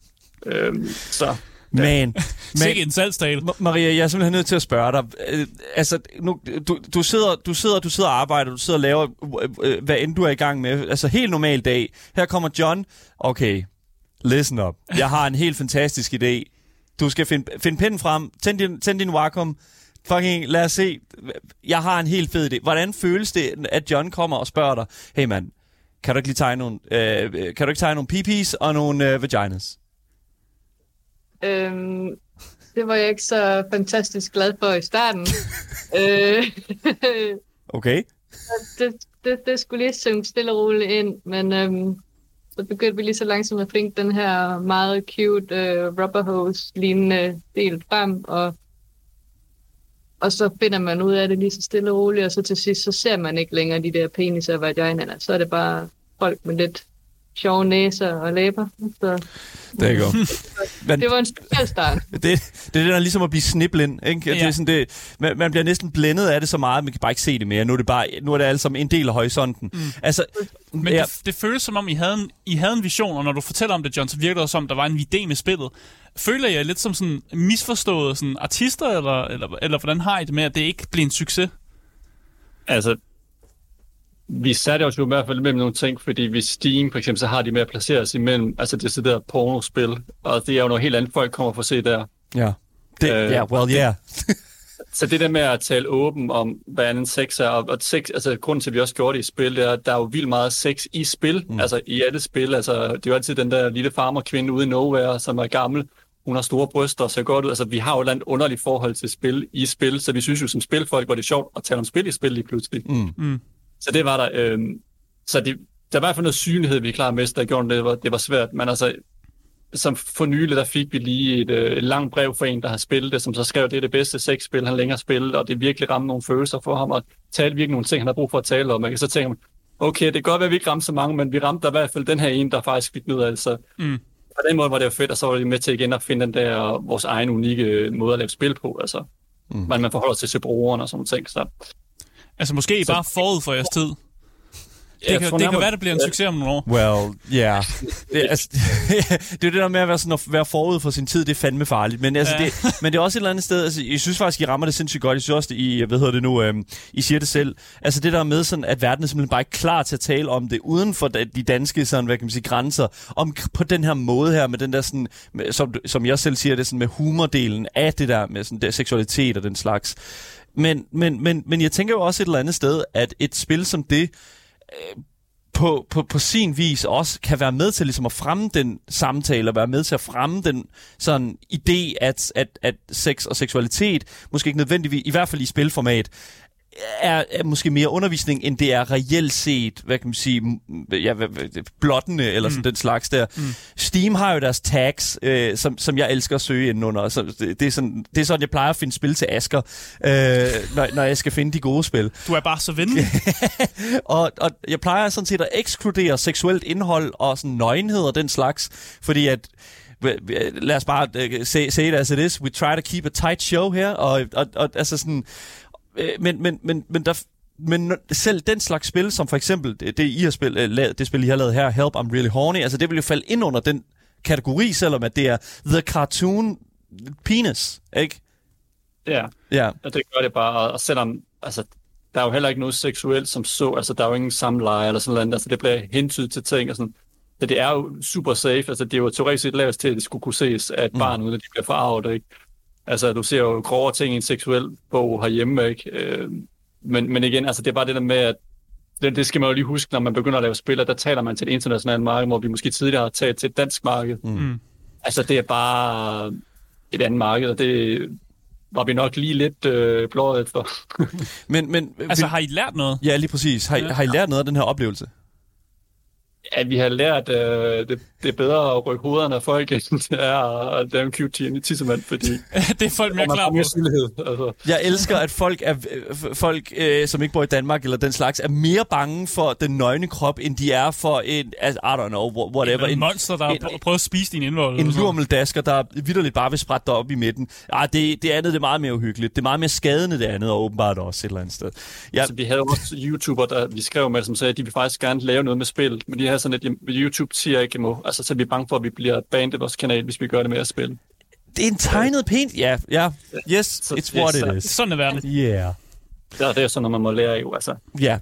Men sikke en salgstale. Maria, jeg er simpelthen nødt til at spørge dig. Altså, nu, du sidder og arbejder, du sidder og laver, hvad end du er i gang med. Altså, helt normal dag. Her kommer John. Okay, listen up. Jeg har en helt fantastisk idé. Du skal finde pinden frem, tænd din Wacom. Fucking, lad os se. Jeg har en helt fed idé. Hvordan føles det, at John kommer og spørger dig, hey mand, kan du ikke lige tegne nogle PP's og nogle vaginas? Det var jeg ikke så fantastisk glad for i starten. Okay. Det skulle lige synge stille og roligt ind, men så begyndte vi lige så langsomt at finde den her meget cute rubber hose-lignende del frem, og så finder man ud af det lige så stille og roligt, og så til sidst, så ser man ikke længere de der penis og vaginaer. Så er det bare folk med lidt sjove næser og læber. Så, det er godt. Det var en speciel start. Det er det der ligesom at blive snibblind, ikke? Ja. Det er sådan man bliver næsten blændet af det så meget, man kan bare ikke se det mere. Nu er det altså en del af horisonten. Altså, men det føles som om, I havde en vision, og når du fortæller om det, John, så virker det som, der var en idé med spillet. Føler jeg lidt som sådan misforstået sådan artister, eller hvordan har I det med, at det ikke blev en succes? Altså, vi satte os jo i hvert fald mellem nogle ting, fordi hvis Steam for eksempel, så har de med at placere sig imellem, altså det der pornospil, og det er jo noget helt andet, folk kommer for at se der. Ja. Så det der med at tale åben om, hvad andet sex er, og sex, altså grunden til, at vi også gjorde det i spil, det er, at der er jo vildt meget sex i spil, altså i alle spil, altså det er jo altid den der lille farmerkvinde ude i Nowhere, som er gammel, hun har store bryster og ser godt ud, altså vi har jo et eller andet underligt forhold til spil i spil, så vi synes jo som spilfolk, var det sjovt at tale om spil i spil lige pludselig. Så det var der, så der var i hvert fald noget synlighed, vi er klar med, der gjorde det var svært, men altså som for nylig, der fik vi lige et langt brev fra en, der har spillet det, som så skrev, det er det bedste sexspil, han længere spillet, og det virkelig ramte nogle følelser for ham, og talte virkelig nogle ting, han har brug for at tale om. Og så tænker man, okay, det kan godt være, at vi ikke ramte så mange, men vi ramte der i hvert fald den her ene, der faktisk fik noget af det. Så på den måde var det jo fedt, og så var vi med til igen at finde den der, vores egen unikke måde at lave spil på, altså. Man forholder sig til brugeren og sådan ting, så. Altså måske bare forud for jeres tid. Det kan være, det bliver en succes om nogle år. Well, yeah. Det er jo det der med at være forud for sin tid, det er fandme farligt. Men, altså, men det er også et eller andet sted, altså, jeg synes faktisk, I rammer det sindssygt godt. Jeg synes også, I siger det selv. Altså det der med, sådan, at verden er simpelthen bare ikke klar til at tale om det, uden for de danske sådan, hvad kan man sige, grænser, om på den her måde her, med den der, sådan, som jeg selv siger, det sådan, med humordelen af det der, med sådan, der seksualitet og den slags. Men jeg tænker jo også et eller andet sted, at et spil som det, på sin vis også kan være med til ligesom at fremme den samtale og være med til at fremme den sådan idé, at sex og seksualitet måske ikke nødvendigvis, i hvert fald i spilformat, er måske mere undervisning, end det er reelt set, hvad kan man sige, blottende, eller sådan den slags der. Steam har jo deres tags, som jeg elsker at søge indenunder. Så det er sådan, jeg plejer at finde spil til Asger, når jeg skal finde de gode spil. Du er bare så venlig. og jeg plejer sådan set at ekskludere seksuelt indhold og sådan nøgenhed og den slags, fordi at lad os bare say it as it is, we try to keep a tight show her, og altså sådan. Men selv den slags spil, som for eksempel det spil, I har lavet her, Help, I'm Really Horny, altså det vil jo falde ind under den kategori, selvom at det er the cartoon penis, ikke? Ja, og det gør det bare, og selvom, altså, der er jo heller ikke noget seksuelt som så, altså der er jo ingen samleje eller sådan noget, altså det bliver hentydet til ting og sådan. Så det er jo super safe, altså det er jo teoretisk set lavet til, at det skulle kunne ses af et barn, uden at de bliver forarvet, ikke? Altså, du ser jo grovere ting i en seksuel bog herhjemme, ikke? Men igen, altså, det er bare det der med, at det skal man jo lige huske, når man begynder at lave spil, og der taler man til et internationalt marked, hvor vi måske tidligere har talt til et dansk marked. Altså, det er bare et andet marked, og det var vi nok lige lidt blåret for. men altså, har I lært noget? Ja, lige præcis. Har I lært noget af den her oplevelse? At vi har lært, det er bedre at rykke hovederne af folk, end det er at lave en cute tissemand, fordi det er folk mere klar på. Altså. Jeg elsker, at folk som ikke bor i Danmark eller den slags, er mere bange for den nøgne krop, end de er for en, I don't know, whatever. En monster, der prøver at spise din indvold. En lurmeldasker, der vitterligt bare vil sprætte dig op i midten. Det andet, det er meget mere uhyggeligt. Det er meget mere skadende, det andet, og åbenbart også et eller andet sted. Ja. Altså, vi havde også YouTuber, der vi skrev med, som sagde, at de vil faktisk gerne lave noget med spil, men de har sådan, at YouTube siger ikke må. Altså, så er vi bange for, at vi bliver bandet vores kanal, hvis vi gør det med at spille. Det er en tegnet pænt. Ja. Yes, så, it's what it is. Sådan er verden. Yeah. Det er sådan, når man må lære jo, altså. Ja.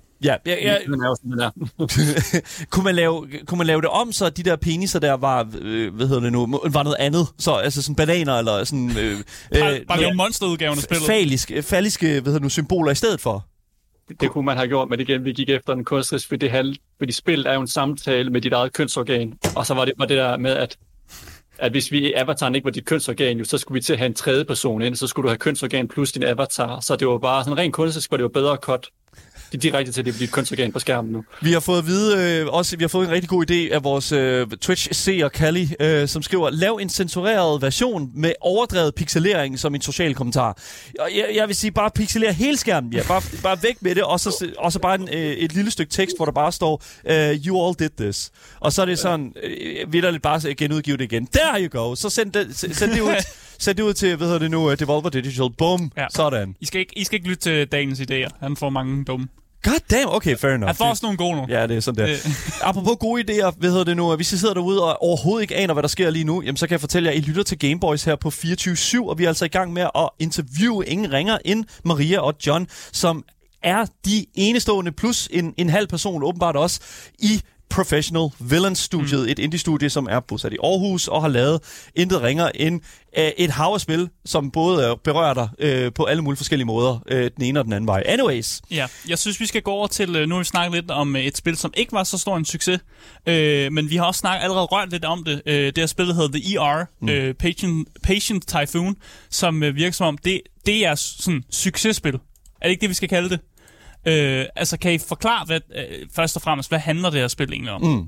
Kunne man lave det om, så de der peniser der var, var noget andet? Så altså sådan bananer, eller sådan... bare lave monsterudgaven af spillet. Falliske, symboler i stedet for? Det kunne man have gjort, men igen, vi gik efter den kunstnerisk, fordi spil er jo en samtale med dit eget kønsorgan, og så var det der med, at hvis avataren ikke var dit kønsorgan, jo, så skulle vi til at have en tredje person ind, så skulle du have kønsorgan plus din avatar, så det var bare sådan rent kunstnerisk, var det jo bedre cut. Det er direkte til, at det bliver et kønsorgan på skærmen nu. Vi har fået at vide, vi har fået en rigtig god idé af vores Twitch-seer Callie, som skriver, lav en censureret version med overdrevet pixelering som en social kommentar. Jeg vil sige, bare pixelere hele skærmen, ja. Bare væk med det, og så bare et lille stykke tekst, hvor der bare står, you all did this. Og så er det sådan, vitterligt bare genudgive det igen. There you go! Så send det ud. Send det ud til, Devolver Digital. Boom. Ja. Sådan. I skal ikke lytte til dagens idéer. Han får mange dumme. God damn, okay, fair enough. Han får også nogle gode nu. Ja, det er sådan der. Apropos gode idéer, hvis I sidder derude og overhovedet ikke aner, hvad der sker lige nu, jamen, så kan jeg fortælle jer, I lytter til Gameboys her på 24/7, og vi er altså i gang med at interviewe ingen ringer end Maria og John, som er de enestående, plus en halv person åbenbart også, i Professional Villains-studiet, et indie-studie, som er bosat i Aarhus, og har lavet intet ringer end et hav af spil, som både berører dig på alle mulige forskellige måder, den ene og den anden vej. Anyways. Ja, jeg synes, vi skal gå over til, nu har vi snakket lidt om et spil, som ikke var så stor en succes, men vi har også allerede rørt lidt om det. Det her spil, der hedder The ER, Patient Typhoon, som virker som om, det er sådan successpil. Er det ikke det, vi skal kalde det? Altså, kan I forklare, først og fremmest, hvad handler det her spil egentlig om?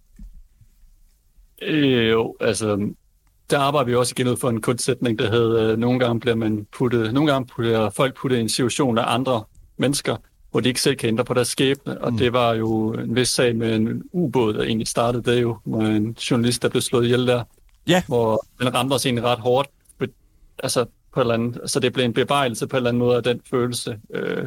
Jo, altså, der arbejder vi også igen ud for en kunstsætning, der hedder, nogle gange bliver folk puttet i en situation af andre mennesker, hvor de ikke selv kan ændre på deres skæbne, og det var jo en vis sag med en ubåd, der egentlig startede det jo, med en journalist, der blev slået ihjel der, hvor den ramte os egentlig ret hårdt, altså på et eller andet, så det blev en bearbejelse på en eller anden måde af den følelse.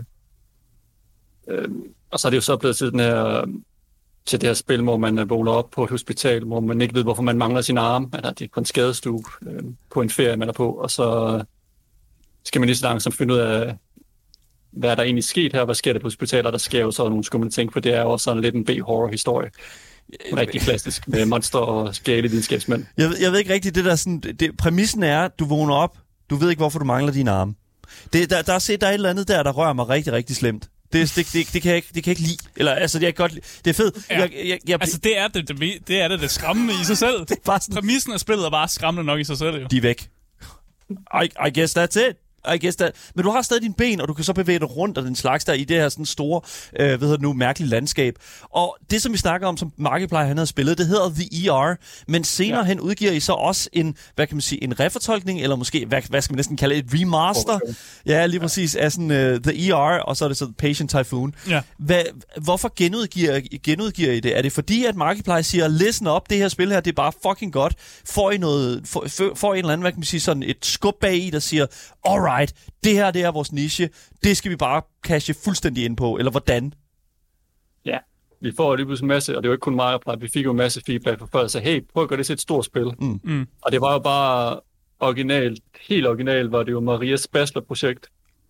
Og så er det jo så blevet til til det her spil, hvor man vågner op på et hospital, hvor man ikke ved, hvorfor man mangler sin arm, eller det er på en skadestue, på en ferie, man er på, og så skal man lige så langsomt finde ud af, hvad der egentlig sket her, hvad sker der på hospitaler, der sker jo så nogle skumle ting, for det er jo også sådan lidt en B-horror-historie. Rigtig klassisk med monster og skale videnskabsmænd. Jeg ved ikke rigtigt, det der sådan, præmissen er, at du vågner op, du ved ikke, hvorfor du mangler din arm. Der er et eller andet der rører mig rigtig, rigtig slemt. Det kan jeg ikke lide. Eller, altså, det er godt. Det er fedt. Ja. Altså, det er det skræmmende i sig selv. Det er bare sådan, præmissen af spillet er bare skræmmende nok i sig selv, jo. De er væk. I guess that's it. Men du har stadig dine ben, og du kan så bevæge dig rundt og den slags der i det her sådan store, mærkelige landskab. Og det, som vi snakker om, som Markiplier han havde spillet, det hedder The ER, men senere hen udgiver I så også en, hvad kan man sige, en refortolkning, eller måske, hvad skal man næsten kalde et remaster? Ja, lige præcis, af sådan The ER, og så er det så Patient Typhoon. Ja. Hvorfor genudgiver I det? Er det fordi, at Markiplier siger, listen up, det her spil her, det er bare fucking godt. Får I en eller anden, hvad kan man sige, sådan et skub bag i, der siger, alright, det her, det er vores niche. Det skal vi bare cashe fuldstændig ind på, eller hvordan? Ja, vi får lige pludselig en masse, og det er jo ikke kun Markiplier, vi fik jo en masse feedback fra folk, der sagde, hey, prøv at gøre det til et stort spil. Og det var jo bare helt originalt var det jo Marias bachelorprojekt.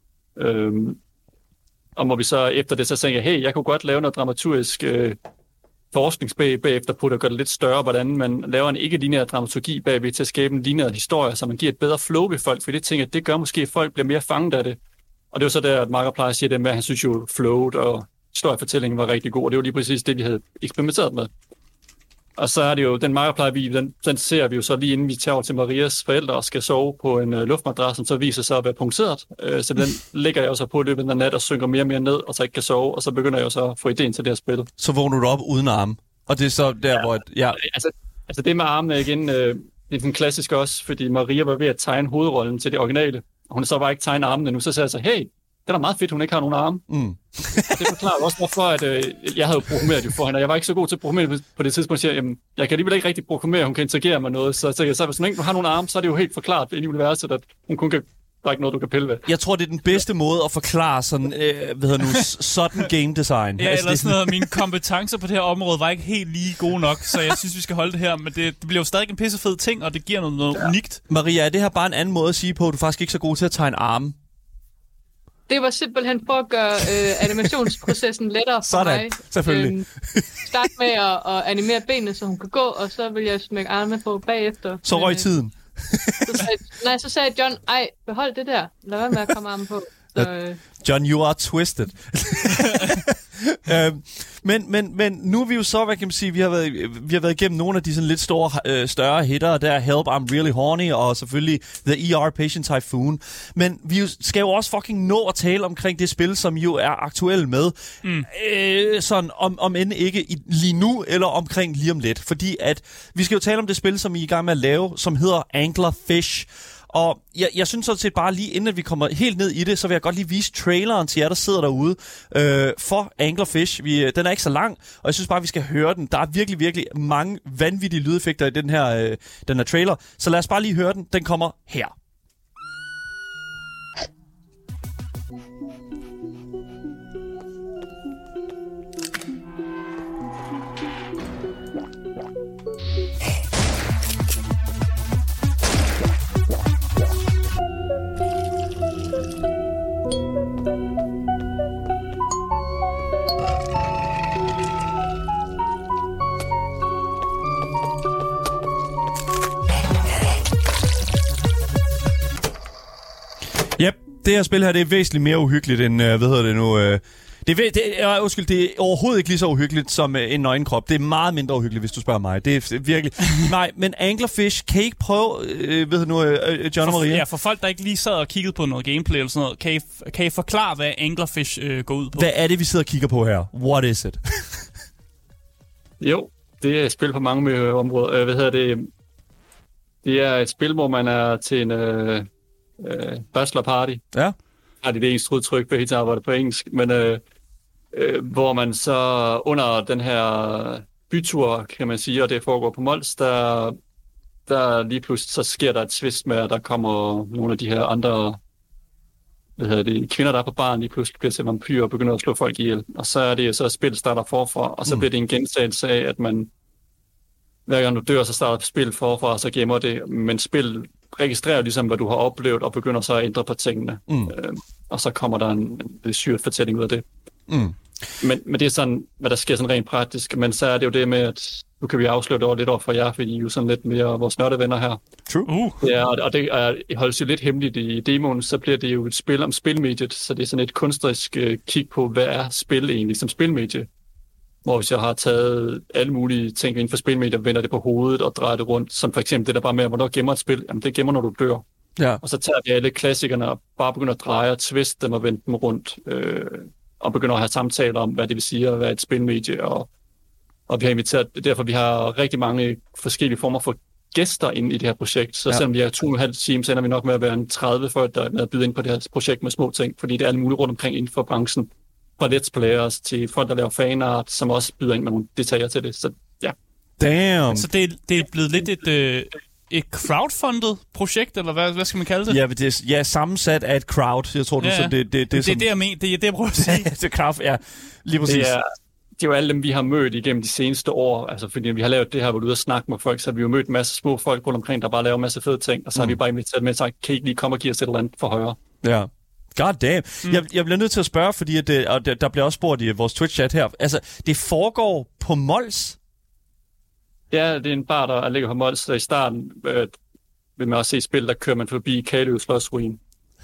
Og hvor vi så efter det så tænkte, hey, jeg kunne godt lave noget dramaturgisk forskningsbag bagefter på at gøre det lidt større, hvordan man laver en ikke-lineær dramaturgi bagved til at skabe en lineær historie, så man giver et bedre flow ved folk, for det tænker jeg, det gør måske, at folk bliver mere fanget af det. Og det var så der, at Markiplier siger det med, at han synes jo, flowet og historiefortællingen var rigtig god, og det var lige præcis det, vi havde eksperimenteret med. Og så er det jo, den Markiplier, den ser vi jo så lige inden vi tager over til Marias forældre og skal sove på en luftmadras, som så viser sig at være punkteret. Så den ligger jeg også på løbet af nat og synker mere og mere ned, og så ikke kan sove, og så begynder jeg jo så at få idéen til det her spil. Så vågner du op uden arme, og det er så der, hvor... Ja. Altså det med armene igen, det er den klassiske også, fordi Maria var ved at tegne hovedrollen til det originale, og hun så bare ikke tegne armene nu, så sagde jeg så, hey, det er da meget fedt, hun ikke har nogen arme. Og det forklarer også hvorfor, at jeg havde programmeret jo for hende, og jeg var ikke så god til at programmere på det tidspunkt. Jeg siger, jeg kan alligevel ikke rigtig programmere, hun kan interagere med noget. Så hvis hun ikke har nogen arme, så er det jo helt forklaret ind i universet, at hun kun kan... Der er ikke noget, du kan pille ved. Jeg tror, det er den bedste måde at forklare sådan, sådan game design. Ja, eller sådan noget. Mine kompetencer på det her område var ikke helt lige gode nok, så jeg synes, vi skal holde det her. Men det bliver jo stadig en pissefed ting, og det giver noget unikt. Maria, er det her bare en anden måde at sige på, at du faktisk ikke er så god til at tegne arme? Det var simpelthen for at gøre animationsprocessen lettere for mig. Selvfølgelig. Start med at animere benene, så hun kan gå, og så vil jeg smække armene på bagefter. Så røg tiden. Så sagde John, behold det der. Lad være med at komme armen på. John, you are twisted. Men nu er vi jo så, hvad kan man sige, vi har været igennem nogle af de sådan lidt større hitter, der Help, I'm Really Horny, og selvfølgelig The ER, Patient Typhoon. Men vi skal jo også fucking nå at tale omkring det spil, som jo er aktuelt med. Sådan om end ikke lige nu, eller omkring lige om lidt. Fordi at vi skal jo tale om det spil, som I er i gang med at lave, som hedder Anglerfish. Og jeg synes sådan set bare lige, inden vi kommer helt ned i det, så vil jeg godt lige vise traileren til jer, der sidder derude for Anglerfish. Den er ikke så lang, og jeg synes bare, vi skal høre den. Der er virkelig, virkelig mange vanvittige lydeffekter i den her trailer. Så lad os bare lige høre den. Den kommer her. Yep, det her spil her, det er væsentligt mere uhyggeligt end, det er overhovedet ikke lige så uhyggeligt som en nøgenkrop. Det er meget mindre uhyggeligt, hvis du spørger mig. Det er virkelig... Nej, men Anglerfish, kan I ikke prøve, John og Maria? Ja, for folk, der ikke lige sad og kiggede på noget gameplay eller sådan noget, kan I forklare, hvad Anglerfish går ud på? Hvad er det, vi sidder og kigger på her? What is it? Jo, det er et spil på mange områder. Det er et spil, hvor man er til en bachelor party. Ja. Har det engelsk udtryk, for helt arbejde på engelsk, men hvor man så under den her bytur, kan man sige, og det foregår på Mols, der lige pludselig så sker der et twist med, at der kommer nogle af de her andre kvinder, der er på baren, lige pludselig bliver til vampyrer og begynder at slå folk ihjel. Og så er det så spillet starter forfra, og så bliver det en gentagelse af, at man hver gang du dør, så starter spil forfra, og så gemmer det, men spil registrerer ligesom, hvad du har oplevet, og begynder så at ændre på tingene. Og så kommer der en syret fortælling ud af det. Men det er sådan, hvad der sker sådan rent praktisk. Men så er det jo det med, at nu kan vi afsløre det lidt over for jer, fordi I er jo sådan lidt mere vores nørdevenner her. True. Ja, og det holdes jo lidt hemmeligt i demoen, så bliver det jo et spil om spilmediet, så det er sådan et kunstnerisk kig på, hvad er spil egentlig som spilmedie. Hvor hvis jeg har taget alle mulige ting inden for spilmedier, vender det på hovedet og drejer det rundt, som for eksempel det der bare med, hvornår gemmer et spil, jamen det gemmer, når du dør. Ja. Og så tager vi alle klassikerne og bare begynder at dreje og twiste dem og vende dem rundt, og begynder at have samtaler om, hvad det vil sige at være et spilmedie, og vi har inviteret, derfor vi har rigtig mange forskellige former for gæster ind i det her projekt, så selvom vi er 2,5 timer, så ender vi nok med at være en 30 folk, der er med at byde ind på det her projekt med små ting, fordi det er alle mulige rundt omkring inden for branchen. Fra let's players til folk, der laver fanart, som også byder ind med nogle detaljer til det. Så ja. Damn. Så det er blevet lidt et crowdfundet projekt, eller hvad skal man kalde det? Ja, det er sammensat af et crowd. Jeg tror, ja. Så det er det jeg mener. Det er det, jeg prøver at sige. det er crowd, ja. Lige præcis. Det er jo alle dem, vi har mødt igennem de seneste år. Altså, fordi vi har lavet det her, hvor du er ude og snakke med folk, så har vi jo mødt en masse små folk rundt omkring, der bare laver en masse fede ting, og så har vi bare inviteret med og sagt, kan I lige komme og give os et eller andet for højre? Ja. God damn. Jeg bliver nødt til at spørge, fordi der bliver også spurgt i vores Twitch-chat her. Altså, det foregår på Mols? Ja, det er en bar, der ligger på Mols, så i starten vil man også se spil, der kører man forbi Kalø Slottsruin.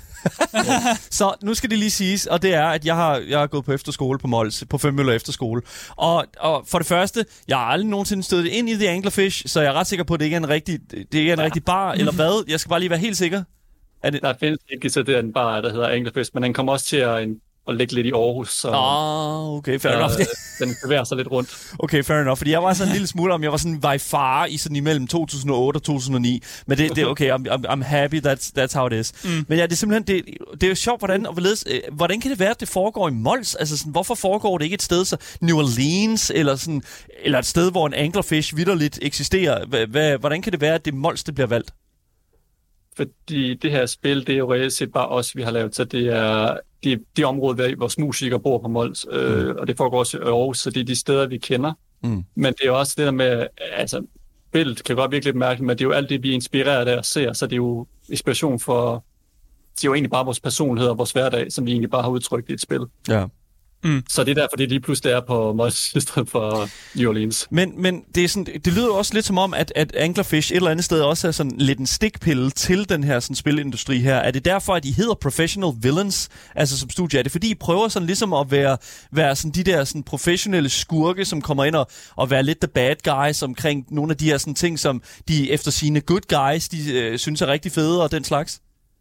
Så nu skal det lige siges, og det er, at jeg har gået på efterskole på Mols, på 5 Møller efterskole. Og for det første, jeg har aldrig nogensinde stødt ind i The Anglerfish, så jeg er ret sikker på, at det ikke er en rigtig bar, eller hvad? Jeg skal bare lige være helt sikker. Der findes ikke så det er en bar, der hedder Anglerfish, men den kommer også til at ligge lidt i Aarhus. Så, okay, fair enough. Den bevæger sig lidt rundt. Okay, fair enough. Fordi jeg var sådan en lille smule jeg var sådan var i fare i sådan imellem 2008 og 2009. Men det er okay, I'm happy, that's how it is. Men ja, det er simpelthen, det er jo sjovt, hvordan kan det være, at det foregår i Mols? Altså sådan, hvorfor foregår det ikke et sted, så New Orleans, eller et sted, hvor en anglerfish vitterligt eksisterer? Hvordan kan det være, at det Mols, det bliver valgt? Fordi det her spil, det er jo reelt set bare os, vi har lavet, så det er de områder, hvor vores musikere bor på Mols, og det foregår også i Aarhus, så det er de steder, vi kender. Men det er jo også det der med, altså, spillet kan godt virke lidt mærkeligt, men det er jo alt det, vi er inspireret af at se, så det er jo inspiration for, det er jo egentlig bare vores personlighed og vores hverdag, som vi egentlig bare har udtrykt i et spil. Ja. Så det er derfor, det lige pludselig er på Mols i stedet for New Orleans. Men det er sådan, det lyder også lidt som om, at Anglerfish et eller andet sted også er sådan lidt en stikpille til den her sådan spilindustri her. Er det derfor, at de hedder Professional Villains, altså som studie? Er det fordi, I prøver sådan ligesom at være sådan de der sådan professionelle skurke, som kommer ind og være lidt the bad guys omkring nogle af de her sådan ting, som de efter sine good guys, de synes er rigtig fede og den slags?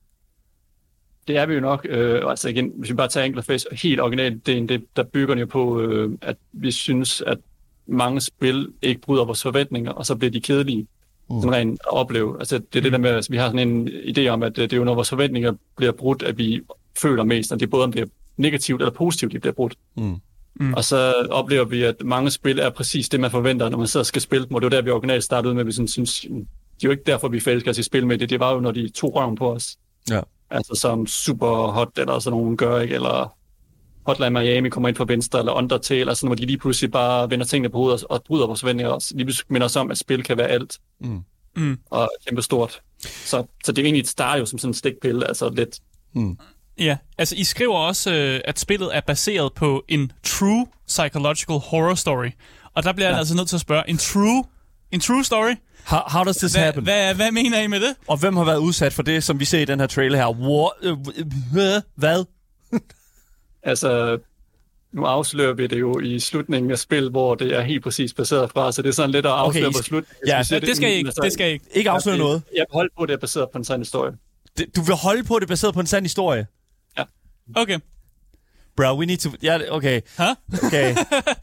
Det er vi jo nok. Altså igen, hvis vi bare tager Anglerfish, helt originalt, der bygger jo på, at vi synes, at mange spil ikke bryder vores forventninger, og så bliver de kedelige. Sådan rent at opleve. Altså det er det der med, at vi har sådan en idé om, at det er jo, når vores forventninger bliver brudt, at vi føler mest, og det er både om det er negativt eller positivt, det bliver brudt. Og så oplever vi, at mange spil er præcis det, man forventer, når man sidder og skal spille dem, og det var der, vi originalt startede ud med, at vi sådan synes, det er jo ikke derfor, vi forelsker os i spil med det. Det var jo, når de tog røven på os. Ja. Altså som Super Hot, eller sådan nogen gør, ikke? Eller Hotline Miami kommer ind fra venstre, eller Undertale, eller sådan, hvor de lige pludselig bare vender tingene på hovedet og bryder vores forventninger, og lige pludselig minder os om, at spil kan være alt. Og kæmpe stort. Så det er egentlig et start jo som sådan en stikpille, altså lidt. Ja, altså I skriver også, at spillet er baseret på en true psychological horror story. Og der bliver jeg altså nødt til at spørge, en true En true story? How does this happen? Hvad mener I med det? Og hvem har været udsat for det, som vi ser i den her trailer her? Hvad? Altså, nu afslører vi det jo i slutningen af spil, hvor det er helt præcis baseret fra, så det er sådan lidt at afsløre på slutningen. Ja, det skal I ikke. Det skal I ikke. Ikke afsløre noget. Jeg holder på, at det er baseret på en sand historie. Du vil holde på, at det er baseret på en sand historie? Ja. Okay. Bro, we need to... Ja, okay. Okay.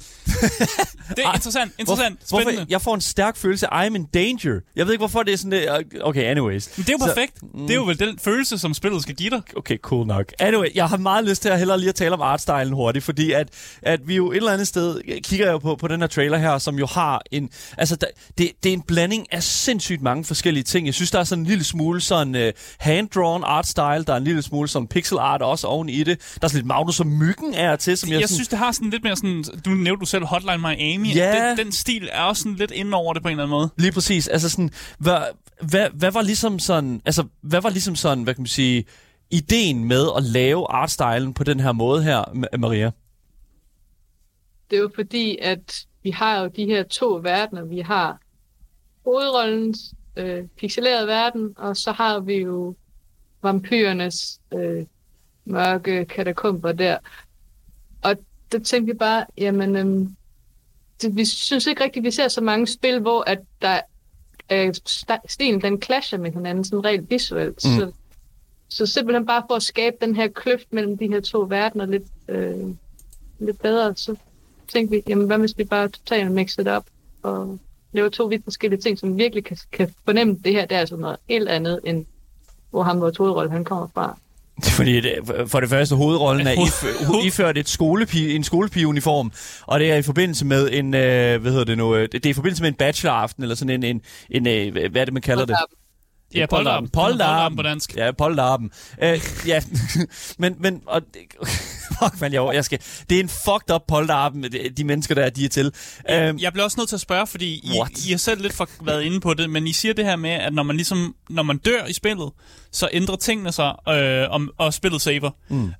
Det er interessant. Spændende. Jeg får en stærk følelse af, I'm in danger. Jeg ved ikke, hvorfor det er sådan det... Okay, anyways. Men det er jo perfekt. Det er jo vel den følelse, som spillet skal give dig. Okay, cool nok. Anyway, jeg har meget lyst til at hellere lige at tale om artstylen hurtigt, fordi at vi jo et eller andet sted kigger jo på den her trailer her, som jo har en... Altså, det er en blanding af sindssygt mange forskellige ting. Jeg synes, der er sådan en lille smule sådan hand-drawn artstyle. Der er en lille smule sådan pixel art også oven i det. Der er sådan lidt Magnus og Myggen er til, som jeg synes, det har sådan lidt mere sådan... Du nævnte selv Hotline Miami. Ja. Den stil er også sådan lidt inde over det på en eller anden måde. Lige præcis. Altså sådan... Hvad var ligesom sådan... Altså, hvad var ligesom sådan, hvad kan man sige... Ideen med at lave artstylen på den her måde her, Maria? Det er jo fordi, at vi har jo de her to verdener. Vi har hovedrollens pixelerede verden, og så har vi jo vampyrernes mørke katakomber der. Og det tænkte vi bare, jamen, vi synes ikke rigtigt, vi ser så mange spil, hvor at der stilen, den clasher med hinanden, sådan rent visuelt. Så simpelthen bare for at skabe den her kløft mellem de her to verdener lidt bedre, så tænkte vi, jamen hvad hvis vi bare totalt mixer det op og laver to vidt forskellige ting, som virkelig kan fornemme det her, det er sådan noget helt andet, end hvor ham vores hovedrolle, han kommer fra. Fordi for det første, hovedrollen er iført en skolepige-uniform, og det er i forbindelse med en, det er i forbindelse med en bacheloraften, eller sådan en hvad er det, man kalder det? Ja, polterappen på dansk. Ja, polterappen. Ja, men og, fuck, man, det er en fucked up polterappen, de mennesker der, de er til. Jeg bliver også nødt til at spørge, fordi I har selv lidt været inde på det, men I siger det her med, at når man dør i spillet, så ændrer tingene sig, og spillet saver.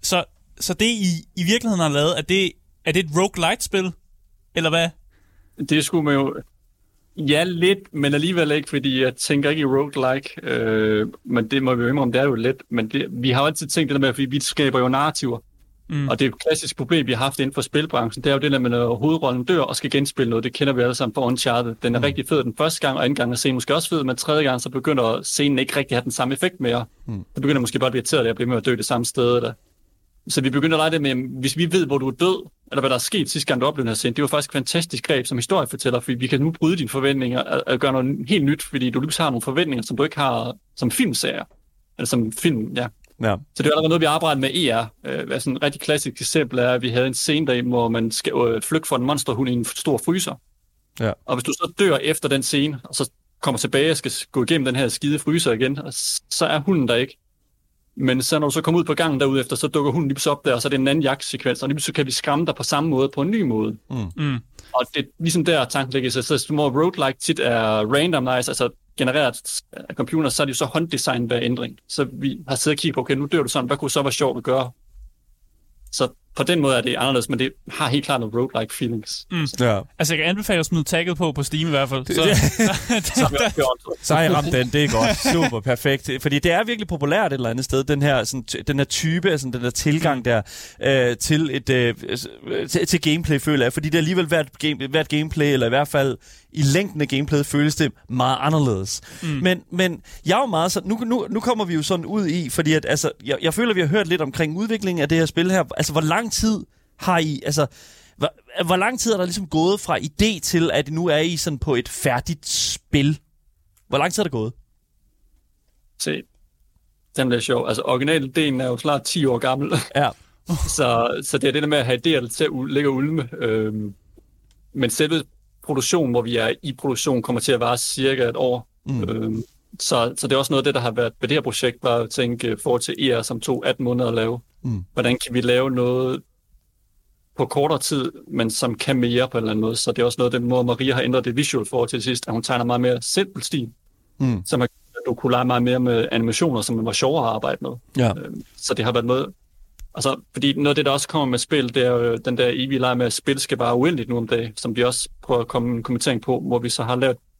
Så det I virkeligheden har lavet, er det et roguelite-spil? Eller hvad? Det skulle man jo... Ja, lidt, men alligevel ikke, fordi jeg tænker ikke i roguelike, men det må vi jo indrømme, det er jo lidt, men vi har jo altid tænkt det der med, fordi vi skaber jo narrativer, og det er jo et klassisk problem, vi har haft inden for spilbranchen, det er jo det der med, når hovedrollen dør og skal genspille noget, det kender vi alle sammen fra Uncharted. Den er rigtig fed den første gang, og anden gang er scenen måske også fed, men tredje gang, så begynder scenen ikke rigtig at have den samme effekt mere. Så begynder måske bare at blive irriteret af at blive med at dø det samme sted, eller... Så vi begynder at lege det med, hvis vi ved, hvor du er død, eller hvad der er sket sidste gang, du oplevede den her scene, det var faktisk et fantastisk greb som historiefortæller, fordi vi kan nu bryde dine forventninger og gøre noget helt nyt, fordi du lige har nogle forventninger, som du ikke har som filmserier, eller som film, ja. Så det er allerede noget, vi arbejder med ER. Sådan et rigtig klassisk eksempel er, at vi havde en scene der, hvor man skal flygte fra en monsterhund i en stor fryser. Ja. Og hvis du så dør efter den scene, og så kommer tilbage og skal gå igennem den her skide fryser igen, så er hunden der ikke. Men så når du så kommer ud på gangen derude efter, så dukker hunden lige op der, og så er det en anden jagtsekvens, og lige så kan vi skræmme dig på samme måde, på en ny måde. Og det er ligesom der tanken ligger sig. Så hvor roguelike tit er randomized, altså genereret af computer, så er det jo så hånddesign hver ændring. Så vi har siddet og kigget på, okay, nu dør du sådan, hvad kunne så være sjovt at gøre? Så på den måde er det anderledes, men det har helt klart nogle roguelike feelings. Ja. Altså, jeg kan anbefale at smide tagget på Steam i hvert fald. Så har jeg ramt den, det er godt. Super, perfekt. Fordi det er virkelig populært et eller andet sted, den her type, altså den der tilgang der til gameplay, føler jeg. Fordi det er alligevel hvert gameplay, eller i hvert fald i længden af gameplayet, føles det meget anderledes. Men jeg er jo meget sådan, nu kommer vi jo sådan ud i, fordi at, altså, jeg føler, vi har hørt lidt omkring udviklingen af det her spil her. Altså, hvor lang tid har I, altså, hvor lang tid er der ligesom gået fra idé til, at nu er I sådan på et færdigt spil? Hvor lang tid er det gået? Se, den er sjov. Altså, originaldelen er jo snart 10 år gammel. Ja. så det er det der med at have idéer til at ligge og ulme. Men selve produktionen, hvor vi er i produktion, kommer til at vare cirka et år. Så det er også noget af det, der har været ved det her projekt, var at tænke forhold til ER, som tog 18 måneder at lave. Hvordan kan vi lave noget på kortere tid, men som kan mere på en eller anden måde. Så det er også noget af den måde, Maria har ændret det visual forhold til sidst, at hun tegner meget mere simpel stil. Så du kunne lege meget mere med animationer, som var sjovere at arbejde med. Ja. Så det har været noget... Altså, fordi noget af det, der også kommer med spil, det er jo den der evige leg med, at spil skal bare uendeligt nu om dagen, som vi også prøver at komme en kommentering på, hvor vi så har lavet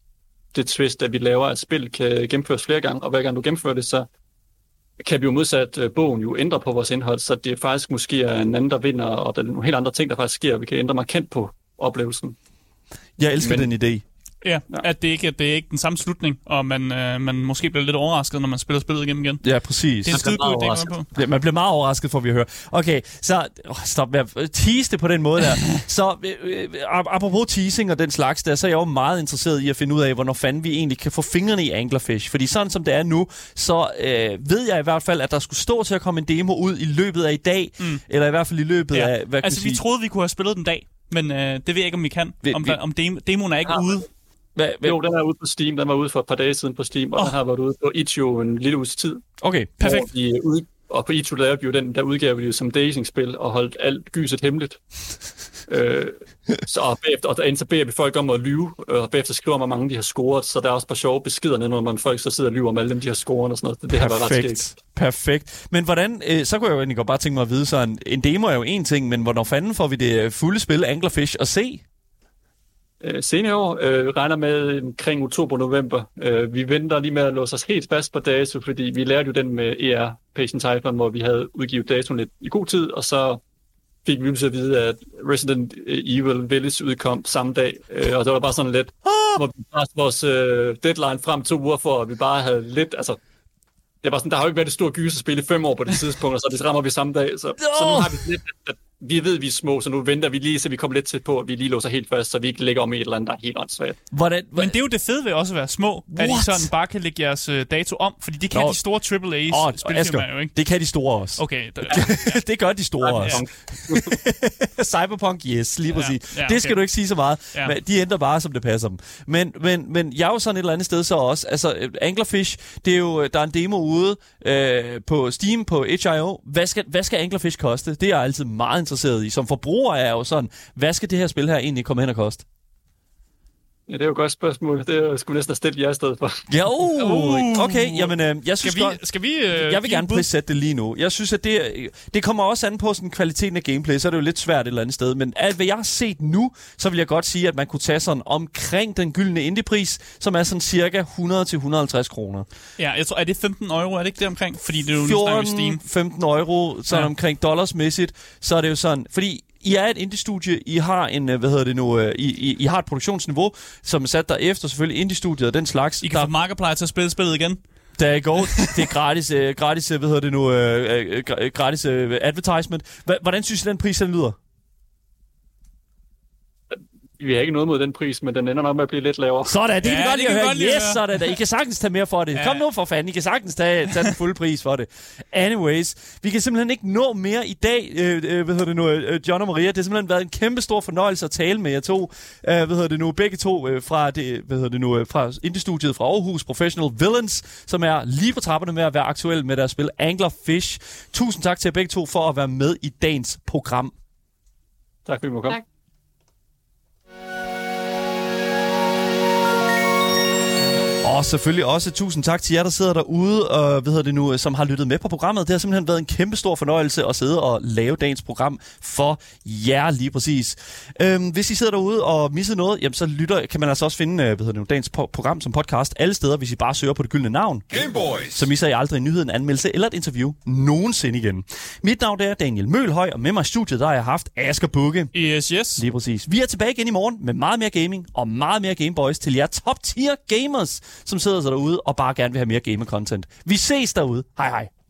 det twist, at vi laver, at spil kan gennemføres flere gange, og hver gang du gennemfører det, så kan vi jo modsat bogen jo ændre på vores indhold, så det faktisk måske er en anden, der vinder, og der er nogle helt andre ting, der faktisk sker, vi kan ændre markant på oplevelsen. Jeg elsker den idé. Ja, at det er ikke den samme slutning, og man måske bliver lidt overrasket, når man spiller spillet igen. Ja, præcis. Det er en skide god idé, man på. Ja, man bliver meget overrasket, får vi at høre. Okay, så stop med at tease det på den måde der. Så apropos teasing og den slags der, så er jeg jo meget interesseret i at finde ud af, hvornår fanden vi egentlig kan få fingrene i Anglerfish. Fordi sådan som det er nu, så ved jeg i hvert fald, at der skulle stå til at komme en demo ud i løbet af i dag, eller i hvert fald i løbet af, hvad kan vi troede, vi kunne have spillet den dag, men det ved jeg ikke, om vi kan. Om demoen er ikke ude. Jo, den er ude på Steam. Den var ude for et par dage siden på Steam, og den har været ude på Itch.io en lille uges tid. Okay, perfekt. Og på Itch.io lavede vi jo den, der udgav vi jo som dating-spil og holdt alt gyset hemmeligt. Så beder vi folk om at lyve, og bagefter skriver man, hvor mange de har scoret, så der er også et par sjove beskeder, når man folk så sidder og lyver om alle dem, de har scoret og sådan noget. Det har været ret skægt. Perfekt. Men hvordan, så kunne jeg jo egentlig godt bare tænke mig at vide, sådan en demo er jo en ting, men hvornår fanden får vi det fulde spil Anglerfish at se? Senere år regner med omkring oktober-november. Vi venter lige med at låse os helt fast på dato, fordi vi lærte jo den med ER Patient Typhon, hvor vi havde udgivet datoen lidt i god tid, og så fik vi jo så at vide, at Resident Evil Village udkom samme dag, og det var bare sådan lidt, hvor vi bragte vores deadline frem 2 uger for, at vi bare havde lidt, altså, det var sådan, der har jo ikke været et stort gyserspil i 5 år på det tidspunkt, og så det rammer vi samme dag, så nu har vi lidt, at vi ved, at vi er små, så nu venter vi lige, så vi kommer lidt tæt på, at vi lige låser helt fast, så vi ikke lægger om i et eller andet, der er helt åndssvagt. Men det er jo det fede ved også at være små, at I sådan bare kan lægge jeres dato om, fordi det kan de store AAA-spilfirmaer jo ikke. Det kan de store også. Okay. Det gør de store også. Cyberpunk, yes, lige præcis. Ja, det skal du ikke sige så meget. Ja. Men de ændrer bare, som det passer dem. Men jeg er jo sådan et eller andet sted så også. Altså, Anglerfish, det er jo, der er en demo ude på Steam, på itch.io. Hvad skal Anglerfish koste? Det er jeg altid meget interesseret i. Som forbruger er jeg jo sådan, hvad skal det her spil her egentlig komme hen og koste? Ja, det er jo et godt spørgsmål. Det er sgu næsten have stillet jer i stedet for. Ja, okay. Jamen, jeg synes jeg vil gerne prissætte det lige nu. Jeg synes, at det kommer også an på sådan kvaliteten af gameplay, så er det jo lidt svært et eller andet sted. Men alt hvad jeg har set nu, så vil jeg godt sige, at man kunne tage sådan omkring den gyldne indie-pris, som er sådan cirka 100-150 kroner. Ja, jeg tror, er det 15 euro? Er det ikke det omkring? Fordi det er jo 15 euro, sådan omkring dollarsmæssigt, så er det jo sådan, fordi I er et indie-studie, I har en, I har et produktionsniveau, som er sat der efter selvfølgelig indie-studiet og den slags. I kan få Markiplier til at spille spillet igen. Der er godt. Det er gratis advertisement. Hvordan synes I, den pris den lyder? Vi har ikke noget mod den pris, men den ender nok med at blive lidt lavere. Sådan, det kan vi godt lide at høre. Yes, sådan. I kan sagtens tage mere for det. Kom nu for fanden, I kan sagtens tage den fulde pris for det. Anyways, vi kan simpelthen ikke nå mere i dag, John og Maria. Det har simpelthen været en kæmpe stor fornøjelse at tale med jer to. Begge to fra indie-studiet fra Aarhus, Professional Villains, som er lige på trapperne med at være aktuelle med deres spil Anglerfish. Tusind tak til jer begge to for at være med i dagens program. Tak fordi I må komme. Tak. Og selvfølgelig også tusind tak til jer, der sidder derude og som har lyttet med på programmet. Det har simpelthen været en kæmpe stor fornøjelse at sidde og lave dagens program for jer lige præcis. Hvis I sidder derude og misser noget, jamen, så kan man altså også finde dagens program som podcast alle steder, hvis I bare søger på det gyldne navn. Gameboys! Så misser I aldrig en nyhed, en anmeldelse eller et interview nogensinde igen. Mit navn er Daniel Mølhøj, og med mig i studiet der har jeg haft Asger Bukke. Yes. Lige præcis. Vi er tilbage igen i morgen med meget mere gaming og meget mere Gameboys til jer top tier gamers, som sidder derude og bare gerne vil have mere gamer-content. Vi ses derude. Hej hej.